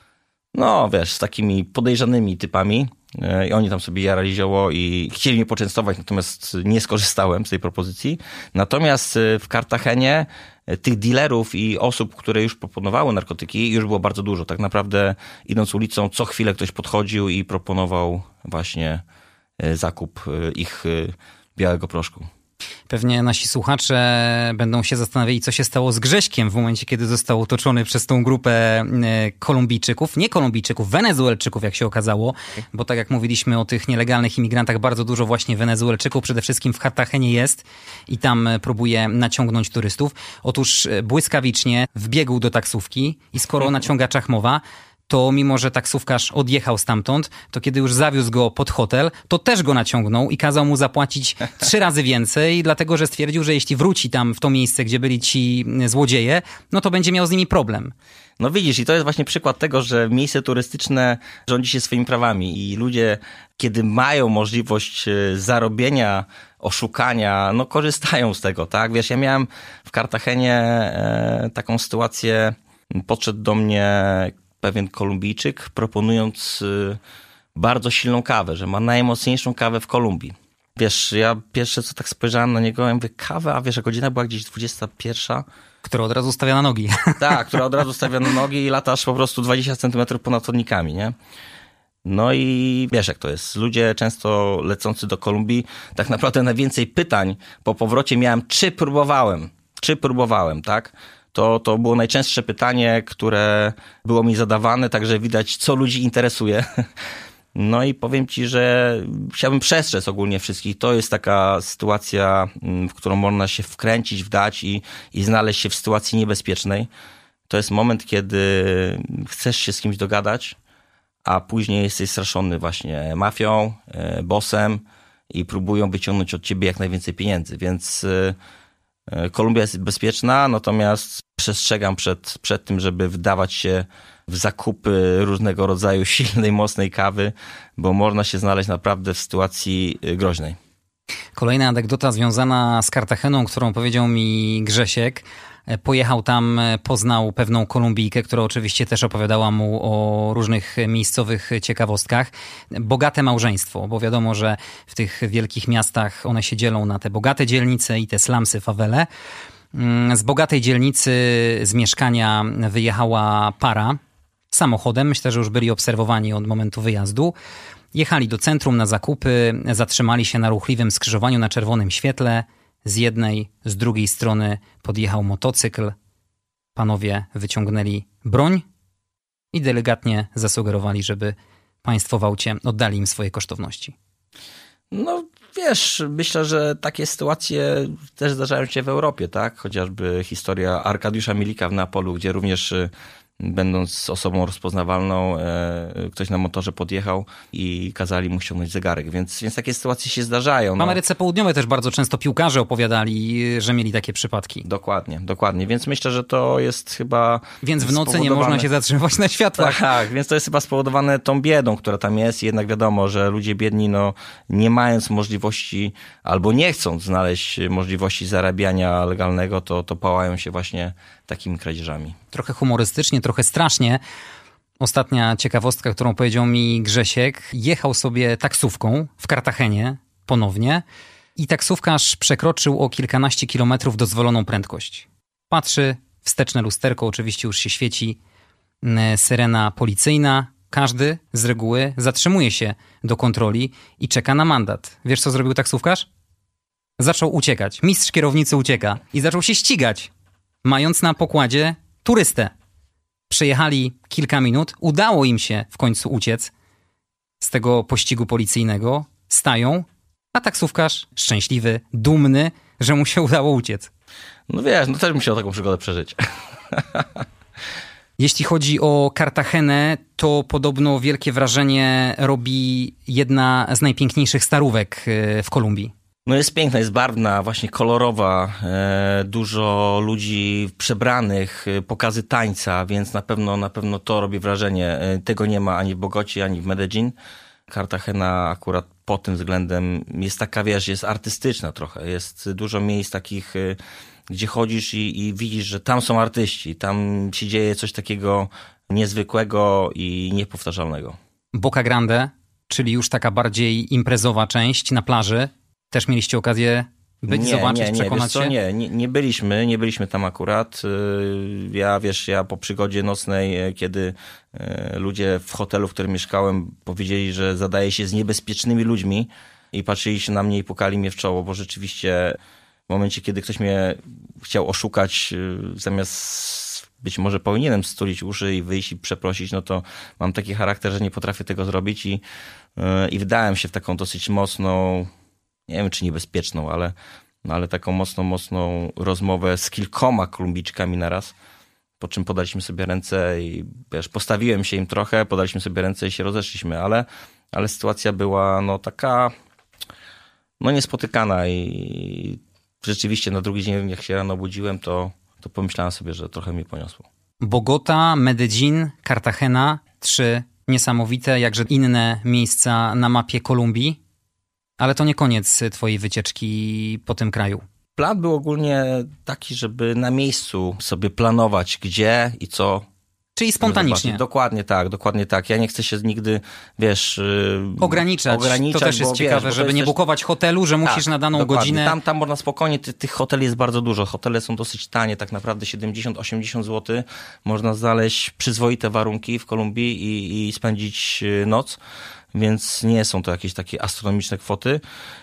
no wiesz, z takimi podejrzanymi typami. I oni tam sobie jarali zioło i chcieli mnie poczęstować, natomiast nie skorzystałem z tej propozycji. Natomiast w Cartagenie tych dealerów i osób, które już proponowały narkotyki, już było bardzo dużo. Tak naprawdę idąc ulicą, co chwilę ktoś podchodził i proponował właśnie zakup ich białego proszku. Pewnie nasi słuchacze będą się zastanawiali, co się stało z Grześkiem w momencie, kiedy został otoczony przez tą grupę Kolumbijczyków. Nie Kolumbijczyków, Wenezuelczyków, jak się okazało. Bo tak jak mówiliśmy o tych nielegalnych imigrantach, bardzo dużo właśnie Wenezuelczyków przede wszystkim w Cartagenie jest i tam próbuje naciągnąć turystów. Otóż błyskawicznie wbiegł do taksówki i skoro naciągaczach mowa, to mimo, że taksówkarz odjechał stamtąd, to kiedy już zawiózł go pod hotel, to też go naciągnął i kazał mu zapłacić trzy razy więcej, dlatego że stwierdził, że jeśli wróci tam w to miejsce, gdzie byli ci złodzieje, no to będzie miał z nimi problem. No widzisz, i to jest właśnie przykład tego, że miejsce turystyczne rządzi się swoimi prawami i ludzie, kiedy mają możliwość zarobienia, oszukania, no korzystają z tego, tak? Wiesz, ja miałem w Cartagenie e, taką sytuację, podszedł do mnie pewien Kolumbijczyk, proponując y, bardzo silną kawę, że ma najmocniejszą kawę w Kolumbii. Wiesz, ja pierwsze co tak spojrzałem na niego, ja mówię, kawę, a wiesz, a godzina była gdzieś dwudziesta pierwsza. Która od razu stawia na nogi. Tak, która od razu stawia na nogi i latasz po prostu dwadzieścia centymetrów ponad chodnikami, nie? No i wiesz jak to jest. Ludzie często lecący do Kolumbii, tak naprawdę najwięcej pytań po powrocie miałem, czy próbowałem, czy próbowałem, tak? To, to było najczęstsze pytanie, które było mi zadawane, także widać, co ludzi interesuje. No i powiem ci, że chciałbym przestrzec ogólnie wszystkich. To jest taka sytuacja, w którą można się wkręcić, wdać i, i znaleźć się w sytuacji niebezpiecznej. To jest moment, kiedy chcesz się z kimś dogadać, a później jesteś straszony właśnie mafią, bossem i próbują wyciągnąć od ciebie jak najwięcej pieniędzy, więc Kolumbia jest bezpieczna, natomiast przestrzegam przed, przed tym, żeby wdawać się w zakupy różnego rodzaju silnej, mocnej kawy, bo można się znaleźć naprawdę w sytuacji groźnej. Kolejna anegdota związana z Cartageną, którą powiedział mi Grzesiek. Pojechał tam, poznał pewną Kolumbijkę, która oczywiście też opowiadała mu o różnych miejscowych ciekawostkach. Bogate małżeństwo, bo wiadomo, że w tych wielkich miastach one się dzielą na te bogate dzielnice i te slumsy, fawele. Z bogatej dzielnicy, z mieszkania wyjechała para samochodem. Myślę, że już byli obserwowani od momentu wyjazdu. Jechali do centrum na zakupy, zatrzymali się na ruchliwym skrzyżowaniu na czerwonym świetle. Z jednej, z drugiej strony podjechał motocykl. Panowie wyciągnęli broń i delikatnie zasugerowali, żeby państwo w aucie oddali im swoje kosztowności. No wiesz, myślę, że takie sytuacje też zdarzają się w Europie, tak? Chociażby historia Arkadiusza Milika w Neapolu, gdzie również będąc osobą rozpoznawalną, ktoś na motorze podjechał i kazali mu ściągnąć zegarek, więc, więc takie sytuacje się zdarzają. W Ameryce Południowej też bardzo często piłkarze opowiadali, że mieli takie przypadki. Dokładnie, dokładnie, więc myślę, że to jest chyba Więc w nocy nie można się zatrzymywać na światłach. Tak, więc to jest chyba spowodowane tą biedą, która tam jest. Jednak wiadomo, że ludzie biedni, no nie mając możliwości albo nie chcąc znaleźć możliwości zarabiania legalnego, to, to pałają się właśnie takimi kradzieżami. Trochę humorystycznie, trochę strasznie. Ostatnia ciekawostka, którą powiedział mi Grzesiek. Jechał sobie taksówką w Cartagenie ponownie i taksówkarz przekroczył o kilkanaście kilometrów dozwoloną prędkość. Patrzy, wsteczne lusterko oczywiście już się świeci, syrena policyjna. Każdy z reguły zatrzymuje się do kontroli i czeka na mandat. Wiesz, co zrobił taksówkarz? Zaczął uciekać. Mistrz kierownicy ucieka i zaczął się ścigać, mając na pokładzie turystę. Przejechali kilka minut, udało im się w końcu uciec z tego pościgu policyjnego. Stają, a taksówkarz szczęśliwy, dumny, że mu się udało uciec. No wiesz, no też bym chciał taką przygodę przeżyć. Jeśli chodzi o Cartagenę, to podobno wielkie wrażenie robi jedna z najpiękniejszych starówek w Kolumbii. No jest piękna, jest barwna, właśnie kolorowa, e, dużo ludzi przebranych, e, pokazy tańca, więc na pewno, na pewno to robi wrażenie. E, tego nie ma ani w Bogocie, ani w Medellin. Cartagena akurat pod tym względem jest taka, wiesz, jest artystyczna trochę. Jest dużo miejsc takich, e, gdzie chodzisz i, i widzisz, że tam są artyści, tam się dzieje coś takiego niezwykłego i niepowtarzalnego. Boca Grande, czyli już taka bardziej imprezowa część na plaży. Też mieliście okazję być, nie, zobaczyć, nie, nie, przekonać wiesz co, się? Nie, nie, nie byliśmy, nie byliśmy tam akurat. Ja, wiesz, ja po przygodzie nocnej, kiedy ludzie w hotelu, w którym mieszkałem, powiedzieli, że zadaje się z niebezpiecznymi ludźmi, i patrzyli się na mnie i pukali mnie w czoło, bo rzeczywiście w momencie, kiedy ktoś mnie chciał oszukać, zamiast być może powinienem stulić uszy i wyjść i przeprosić, no to mam taki charakter, że nie potrafię tego zrobić i, i wdałem się w taką dosyć mocną, nie wiem czy niebezpieczną, ale, no ale taką mocną, mocną rozmowę z kilkoma Kolumbijczykami naraz, po czym podaliśmy sobie ręce i wiesz, postawiłem się im trochę, podaliśmy sobie ręce i się rozeszliśmy, ale, ale sytuacja była no taka no niespotykana i rzeczywiście na drugi dzień, jak się rano obudziłem, to, to pomyślałem sobie, że trochę mnie poniosło. Bogota, Medellin, Cartagena, trzy niesamowite, jakże inne miejsca na mapie Kolumbii, ale to nie koniec twojej wycieczki po tym kraju. Plan był ogólnie taki, żeby na miejscu sobie planować gdzie i co. Czyli spontanicznie. Dokładnie tak, dokładnie tak. Ja nie chcę się nigdy, wiesz... Ograniczać. ograniczać to też jest bo, ciekawe, wiesz, żeby nie też... bukować hotelu, że musisz tak, na daną dokładnie. godzinę... Tam, tam można spokojnie, ty, tych hoteli jest bardzo dużo. Hotele są dosyć tanie, tak naprawdę siedemdziesiąt osiemdziesiąt złotych. Można znaleźć przyzwoite warunki w Kolumbii i, i spędzić noc, więc nie są to jakieś takie astronomiczne kwoty.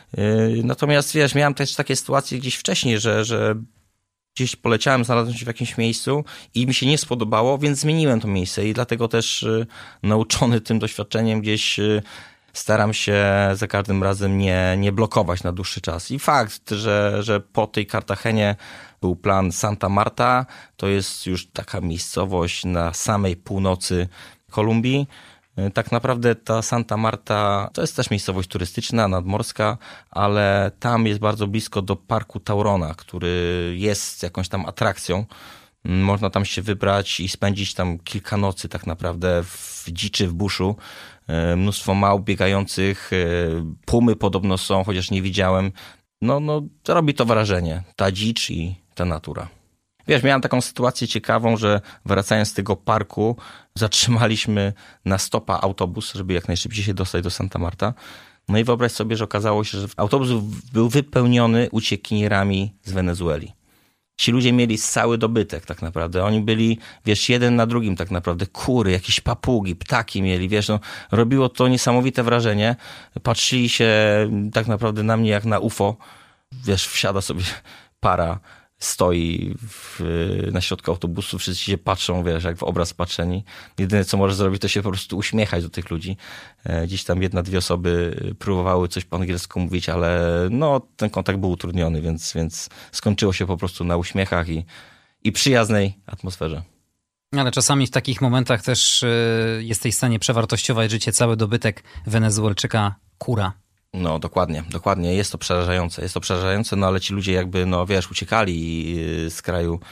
Natomiast wiesz, miałem też takie sytuacje gdzieś wcześniej, że, że gdzieś poleciałem, znalazłem się w jakimś miejscu i mi się nie spodobało, więc zmieniłem to miejsce i dlatego też y, nauczony tym doświadczeniem gdzieś y, staram się za każdym razem nie, nie blokować na dłuższy czas. I fakt, że, że po tej Cartagenie był plan Santa Marta, to jest już taka miejscowość na samej północy Kolumbii. Tak naprawdę ta Santa Marta to jest też miejscowość turystyczna, nadmorska, ale tam jest bardzo blisko do Parku Taurona, który jest jakąś tam atrakcją. Można tam się wybrać i spędzić tam kilka nocy tak naprawdę w dziczy, w buszu. Mnóstwo małp biegających, pumy podobno są, chociaż nie widziałem. No, no robi to wrażenie, ta dzicz i ta natura. Wiesz, miałem taką sytuację ciekawą, że wracając z tego parku zatrzymaliśmy na stopa autobus, żeby jak najszybciej się dostać do Santa Marta. No i wyobraź sobie, że okazało się, że autobus był wypełniony uciekinierami z Wenezueli. Ci ludzie mieli cały dobytek tak naprawdę. Oni byli, wiesz, jeden na drugim tak naprawdę. Kury, jakieś papugi, ptaki mieli, wiesz, no, robiło to niesamowite wrażenie. Patrzyli się tak naprawdę na mnie jak na U F O. Wiesz, wsiada sobie para, stoi w, na środku autobusu, wszyscy się patrzą, wiesz, jak w obraz patrzeni. Jedyne, co może zrobić, to się po prostu uśmiechać do tych ludzi. Gdzieś tam jedna, dwie osoby próbowały coś po angielsku mówić, ale no, ten kontakt był utrudniony, więc, więc skończyło się po prostu na uśmiechach i, i przyjaznej atmosferze. Ale czasami w takich momentach też y, jesteś w stanie przewartościować życie, cały dobytek Wenezuelczyka, kura. No dokładnie, dokładnie. Jest to przerażające. Jest to przerażające, no ale ci ludzie jakby, no wiesz, uciekali z kraju,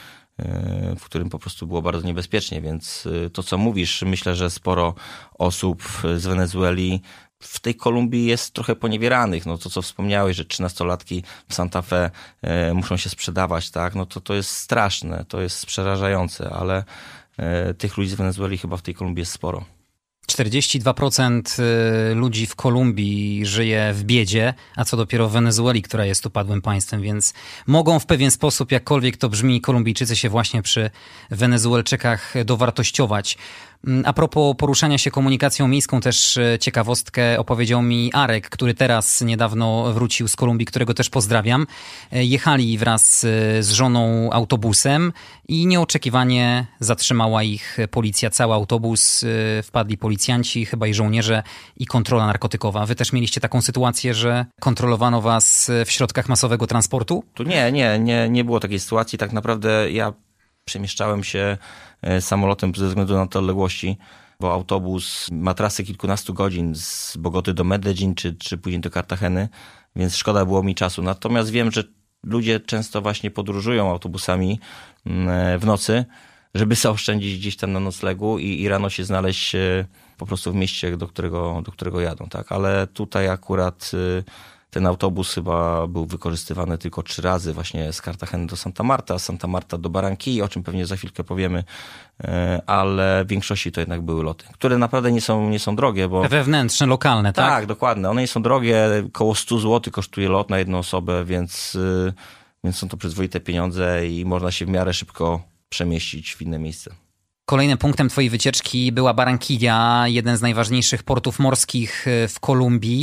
w którym po prostu było bardzo niebezpiecznie, więc to, co mówisz, myślę, że sporo osób z Wenezueli w tej Kolumbii jest trochę poniewieranych. No to, co wspomniałeś, że trzynastolatki w Santa Fe muszą się sprzedawać, tak? No to to jest straszne, to jest przerażające, ale tych ludzi z Wenezueli chyba w tej Kolumbii jest sporo. czterdzieści dwa procent ludzi w Kolumbii żyje w biedzie, a co dopiero w Wenezueli, która jest upadłym państwem, więc mogą w pewien sposób, jakkolwiek to brzmi, Kolumbijczycy się właśnie przy Wenezuelczykach dowartościować. A propos poruszania się komunikacją miejską, też ciekawostkę opowiedział mi Arek, który teraz niedawno wrócił z Kolumbii, którego też pozdrawiam. Jechali wraz z żoną autobusem i nieoczekiwanie zatrzymała ich policja. Cały autobus, wpadli policjanci, chyba i żołnierze, i kontrola narkotykowa. Wy też mieliście taką sytuację, że kontrolowano was w środkach masowego transportu? Tu nie, nie, nie, nie było takiej sytuacji. Tak naprawdę ja przemieszczałem się samolotem ze względu na te odległości, bo autobus ma trasę kilkunastu godzin z Bogoty do Medellin, czy, czy później do Cartageny, więc szkoda było mi czasu. Natomiast wiem, że ludzie często właśnie podróżują autobusami w nocy, żeby zaoszczędzić gdzieś tam na noclegu i, i rano się znaleźć po prostu w mieście, do którego, do którego jadą, tak? Ale tutaj akurat ten autobus chyba był wykorzystywany tylko trzy razy właśnie z Cartageny do Santa Marta, z Santa Marta do Barranquilli, o czym pewnie za chwilkę powiemy, ale w większości to jednak były loty, które naprawdę nie są, nie są drogie, bo... Wewnętrzne, lokalne, tak? Tak, dokładnie. One nie są drogie, koło sto złotych kosztuje lot na jedną osobę, więc, więc są to przyzwoite pieniądze i można się w miarę szybko przemieścić w inne miejsce. Kolejnym punktem twojej wycieczki była Barranquilla, jeden z najważniejszych portów morskich w Kolumbii.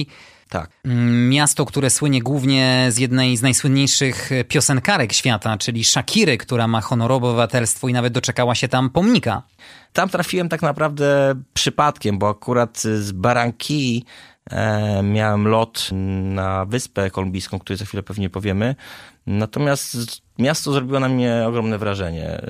Tak. Miasto, które słynie głównie z jednej z najsłynniejszych piosenkarek świata, czyli Shakiry, która ma honorowe obywatelstwo i nawet doczekała się tam pomnika. Tam trafiłem tak naprawdę przypadkiem, bo akurat z Barranquilli e, miałem lot na wyspę kolumbijską, o której za chwilę pewnie powiemy. Natomiast miasto zrobiło na mnie ogromne wrażenie. E,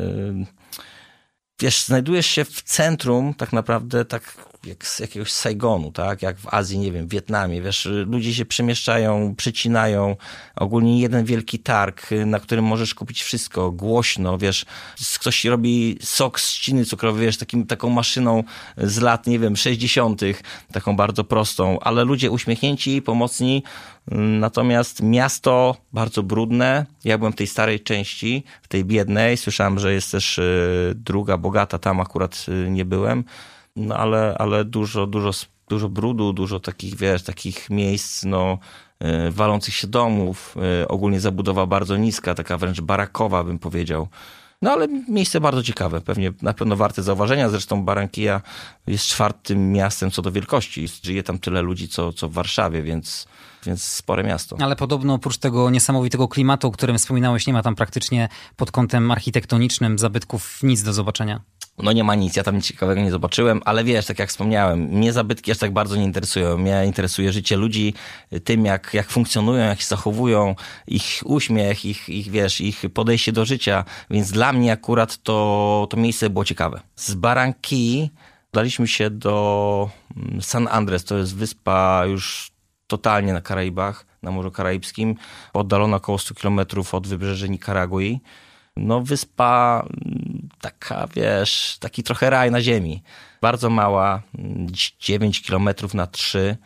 wiesz, znajdujesz się w centrum tak naprawdę tak jak z jakiegoś Saigonu, tak? Jak w Azji, nie wiem, w Wietnamie, wiesz, ludzie się przemieszczają, przecinają, ogólnie jeden wielki targ, na którym możesz kupić wszystko, głośno, wiesz, ktoś robi sok z trzciny cukrowej, wiesz, takim, taką maszyną z lat, nie wiem, sześćdziesiątych, taką bardzo prostą, ale ludzie uśmiechnięci, pomocni, natomiast miasto bardzo brudne. Ja byłem w tej starej części, w tej biednej, słyszałem, że jest też druga, bogata, tam akurat nie byłem. No ale, ale dużo, dużo, dużo brudu, dużo takich, wiesz, takich miejsc, no, yy, walących się domów, yy, ogólnie zabudowa bardzo niska, taka wręcz barakowa, bym powiedział. No ale miejsce bardzo ciekawe, pewnie na pewno warte zauważenia. Zresztą Barranquilla jest czwartym miastem co do wielkości. Żyje tam tyle ludzi, co, co w Warszawie, więc, więc spore miasto. Ale podobno oprócz tego niesamowitego klimatu, o którym wspominałeś, nie ma tam praktycznie pod kątem architektonicznym zabytków nic do zobaczenia. No nie ma nic, ja tam nic ciekawego nie zobaczyłem, ale wiesz, tak jak wspomniałem, mnie zabytki aż tak bardzo nie interesują. Mnie interesuje życie ludzi, tym jak, jak funkcjonują, jak się zachowują, ich uśmiech, ich, ich, wiesz, ich podejście do życia, więc dla mnie akurat to, to miejsce było ciekawe. Z Barranquilli udaliśmy się do San Andres, to jest wyspa już totalnie na Karaibach, na Morzu Karaibskim, oddalona około sto kilometrów od wybrzeży Nikaragui. No wyspa taka, wiesz, taki trochę raj na ziemi. Bardzo mała, dziewięć kilometrów na trzy.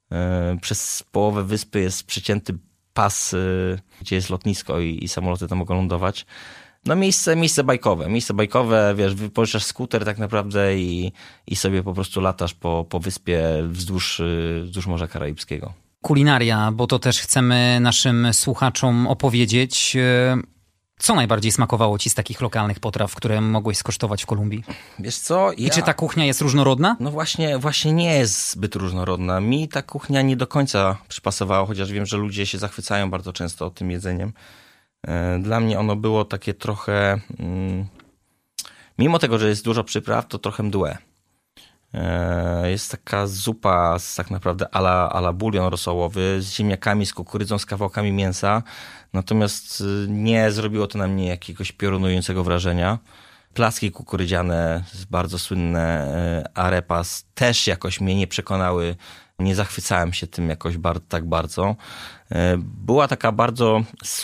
Przez połowę wyspy jest przecięty pas, gdzie jest lotnisko i, i samoloty tam mogą lądować. No miejsce, miejsce bajkowe. Miejsce bajkowe, wiesz, wypożyczasz skuter tak naprawdę i, i sobie po prostu latasz po, po wyspie wzdłuż, wzdłuż Morza Karaibskiego. Kulinaria, bo to też chcemy naszym słuchaczom opowiedzieć. Co najbardziej smakowało ci z takich lokalnych potraw, które mogłeś skosztować w Kolumbii? Wiesz co? Ja... I czy ta kuchnia jest różnorodna? No właśnie, właśnie nie jest zbyt różnorodna. Mi ta kuchnia nie do końca przypasowała, chociaż wiem, że ludzie się zachwycają bardzo często tym jedzeniem. Dla mnie ono było takie trochę... Mimo tego, że jest dużo przypraw, to trochę mdłe. Jest taka zupa z, tak naprawdę ala, ala bulion rosołowy z ziemniakami, z kukurydzą, z kawałkami mięsa. Natomiast nie zrobiło to na mnie jakiegoś piorunującego wrażenia. Placki kukurydziane, bardzo słynne arepas, też jakoś mnie nie przekonały. Nie zachwycałem się tym jakoś bar- tak bardzo. Była taka bardzo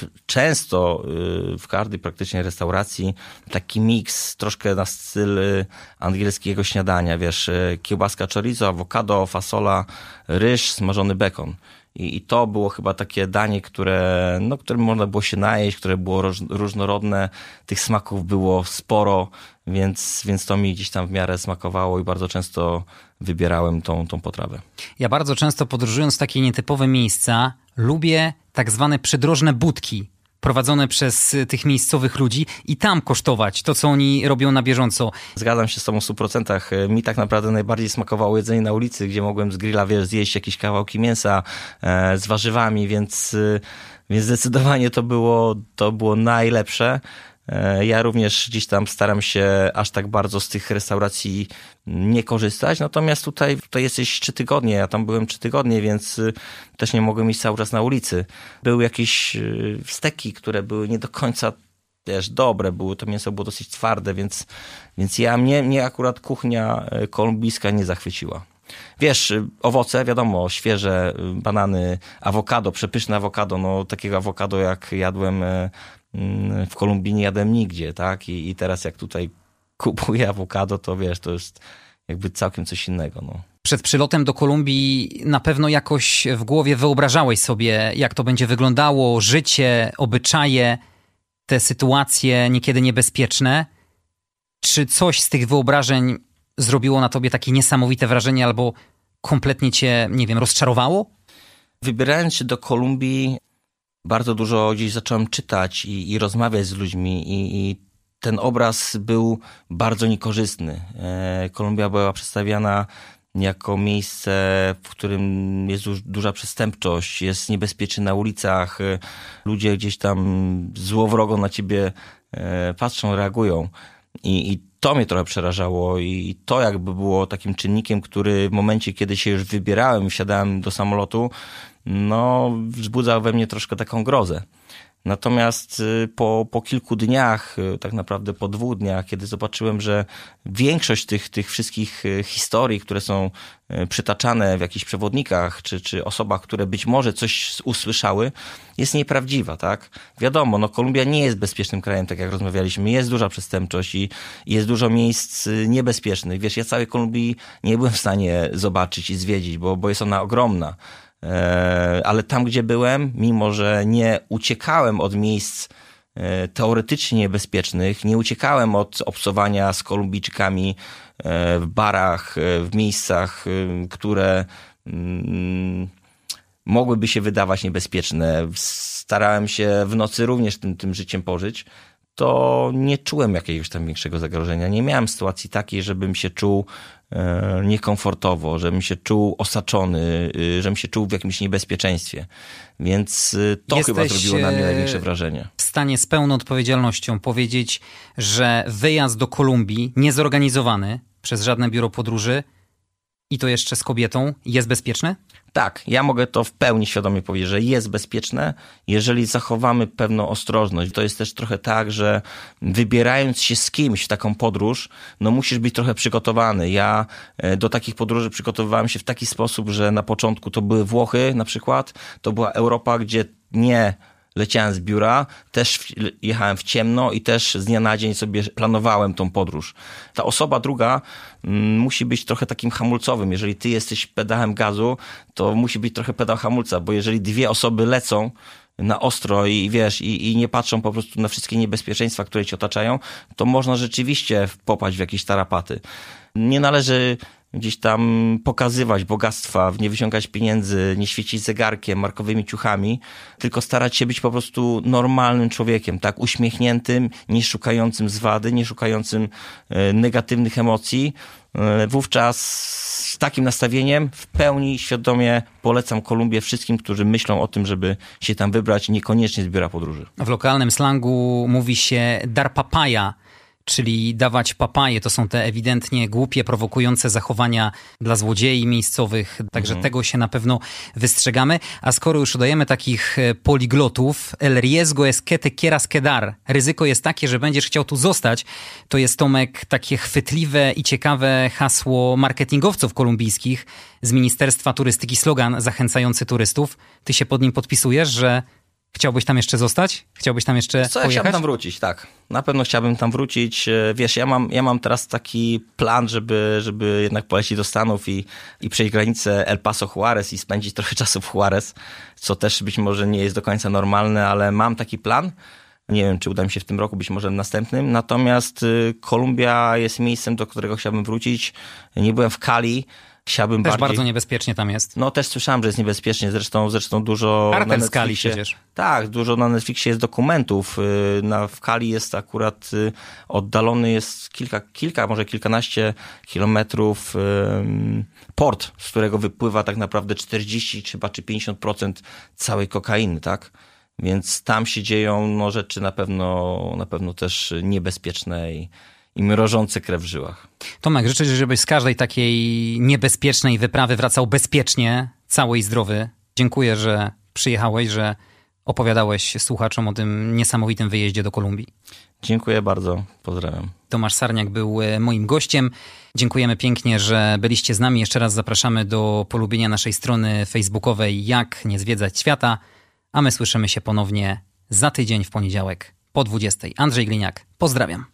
często w każdej praktycznie restauracji taki miks troszkę na styl angielskiego śniadania, wiesz, kiełbaska chorizo, awokado, fasola, ryż, smażony bekon. I, I to było chyba takie danie, które, no, którym można było się najeść, które było roż, różnorodne. Tych smaków było sporo, więc, więc to mi gdzieś tam w miarę smakowało i bardzo często wybierałem tą, tą potrawę. Ja bardzo często podróżując w takie nietypowe miejsca lubię tak zwane przydrożne budki prowadzone przez tych miejscowych ludzi i tam kosztować to, co oni robią na bieżąco. Zgadzam się z tobą w stu procentach. Mi tak naprawdę najbardziej smakowało jedzenie na ulicy, gdzie mogłem z grilla, wiesz, zjeść jakieś kawałki mięsa e, z warzywami, więc, e, więc zdecydowanie to było, to było najlepsze. Ja również gdzieś tam staram się aż tak bardzo z tych restauracji nie korzystać, natomiast tutaj, tutaj jesteś trzy tygodnie, ja tam byłem trzy tygodnie, więc też nie mogłem iść cały czas na ulicy. Były jakieś steki, które były nie do końca, wiesz, dobre, były, to mięso było dosyć twarde, więc, więc ja, mnie, mnie akurat kuchnia kolumbijska nie zachwyciła. Wiesz, owoce, wiadomo, świeże, banany, awokado, przepyszne awokado, no takiego awokado jak jadłem w Kolumbii nie jadłem nigdzie, tak? I, i teraz jak tutaj kupuję awokado, to wiesz, to jest jakby całkiem coś innego, no. Przed przylotem do Kolumbii na pewno jakoś w głowie wyobrażałeś sobie, jak to będzie wyglądało, życie, obyczaje, te sytuacje niekiedy niebezpieczne. Czy coś z tych wyobrażeń zrobiło na tobie takie niesamowite wrażenie albo kompletnie cię, nie wiem, rozczarowało? Wybierając się do Kolumbii, bardzo dużo gdzieś zacząłem czytać i, i rozmawiać z ludźmi i, i ten obraz był bardzo niekorzystny. E, Kolumbia była przedstawiana jako miejsce, w którym jest duż, duża przestępczość, jest niebezpiecznie na ulicach, ludzie gdzieś tam złowrogo na ciebie patrzą, reagują. I, i to mnie trochę przerażało i to jakby było takim czynnikiem, który w momencie, kiedy się już wybierałem, wsiadałem do samolotu, no wzbudzał we mnie troszkę taką grozę. Natomiast po, po kilku dniach, tak naprawdę po dwóch dniach, kiedy zobaczyłem, że większość tych, tych wszystkich historii, które są przytaczane w jakichś przewodnikach, czy, czy osobach, które być może coś usłyszały, jest nieprawdziwa, tak? Wiadomo, no Kolumbia nie jest bezpiecznym krajem, tak jak rozmawialiśmy. Jest duża przestępczość i jest dużo miejsc niebezpiecznych. Wiesz, ja całej Kolumbii nie byłem w stanie zobaczyć i zwiedzić, bo, bo jest ona ogromna. Ale tam, gdzie byłem, mimo że nie uciekałem od miejsc teoretycznie niebezpiecznych, nie uciekałem od obcowania z Kolumbijczykami w barach, w miejscach, które mogłyby się wydawać niebezpieczne. Starałem się w nocy również tym, tym życiem pożyć. To nie czułem jakiegoś tam większego zagrożenia. Nie miałem sytuacji takiej, żebym się czuł e, niekomfortowo, żebym się czuł osaczony, y, żebym się czuł w jakimś niebezpieczeństwie. Więc y, to Jesteś chyba zrobiło na mnie największe wrażenie. W stanie z pełną odpowiedzialnością powiedzieć, że wyjazd do Kolumbii niezorganizowany przez żadne biuro podróży i to jeszcze z kobietą jest bezpieczny? Tak, ja mogę to w pełni świadomie powiedzieć, że jest bezpieczne, jeżeli zachowamy pewną ostrożność. To jest też trochę tak, że wybierając się z kimś w taką podróż, no musisz być trochę przygotowany. Ja do takich podróży przygotowywałem się w taki sposób, że na początku to były Włochy na przykład, to była Europa, gdzie nie leciałem z biura, też jechałem w ciemno i też z dnia na dzień sobie planowałem tą podróż. Ta osoba druga mm, musi być trochę takim hamulcowym. Jeżeli ty jesteś pedałem gazu, to musi być trochę pedał hamulca, bo jeżeli dwie osoby lecą na ostro i wiesz, i, i nie patrzą po prostu na wszystkie niebezpieczeństwa, które cię otaczają, to można rzeczywiście popaść w jakieś tarapaty. Nie należy gdzieś tam pokazywać bogactwa, nie wyciągać pieniędzy, nie świecić zegarkiem, markowymi ciuchami, tylko starać się być po prostu normalnym człowiekiem, tak, uśmiechniętym, nie szukającym zwady, nie szukającym e, negatywnych emocji. E, wówczas z takim nastawieniem w pełni świadomie polecam Kolumbię wszystkim, którzy myślą o tym, żeby się tam wybrać, niekoniecznie z biura podróży. W lokalnym slangu mówi się dar papaya, czyli dawać papaje. To są te ewidentnie głupie, prowokujące zachowania dla złodziei miejscowych. Także mhm. tego się na pewno wystrzegamy. A skoro już udajemy takich poliglotów, el riesgo es que te quieras quedar. Ryzyko jest takie, że będziesz chciał tu zostać. To jest, Tomek, takie chwytliwe i ciekawe hasło marketingowców kolumbijskich z Ministerstwa Turystyki, slogan zachęcający turystów. Ty się pod nim podpisujesz, że chciałbyś tam jeszcze zostać? Chciałbyś tam jeszcze Co, ja pojechać? Chciałbym tam wrócić, tak. Na pewno chciałbym tam wrócić. Wiesz, ja mam, ja mam teraz taki plan, żeby, żeby jednak polecieć do Stanów i, i przejść granicę El Paso Juarez i spędzić trochę czasu w Juarez, co też być może nie jest do końca normalne, ale mam taki plan. Nie wiem, czy uda mi się w tym roku, być może w następnym. Natomiast Kolumbia jest miejscem, do którego chciałbym wrócić. Nie byłem w Cali. Chciałbym też bardziej... bardzo niebezpiecznie tam jest. No też słyszałem, że jest niebezpiecznie, zresztą, zresztą dużo... Kartel z Cali przecież. Tak, dużo na Netflixie jest dokumentów. Na, w Cali jest akurat oddalony jest kilka, kilka, może kilkanaście kilometrów um, port, z którego wypływa tak naprawdę czterdzieści chyba czy pięćdziesiąt procent całej kokainy, tak? Więc tam się dzieją no, rzeczy na pewno, na pewno też niebezpieczne i i mrożące krew w żyłach. Tomek, życzę Ci, żebyś z każdej takiej niebezpiecznej wyprawy wracał bezpiecznie, cały i zdrowy. Dziękuję, że przyjechałeś, że opowiadałeś słuchaczom o tym niesamowitym wyjeździe do Kolumbii. Dziękuję bardzo, pozdrawiam. Tomasz Sarniak był moim gościem. Dziękujemy pięknie, że byliście z nami. Jeszcze raz zapraszamy do polubienia naszej strony facebookowej Jak nie zwiedzać świata, a my słyszymy się ponownie za tydzień w poniedziałek po dwudziestej. Andrzej Gliniak, pozdrawiam.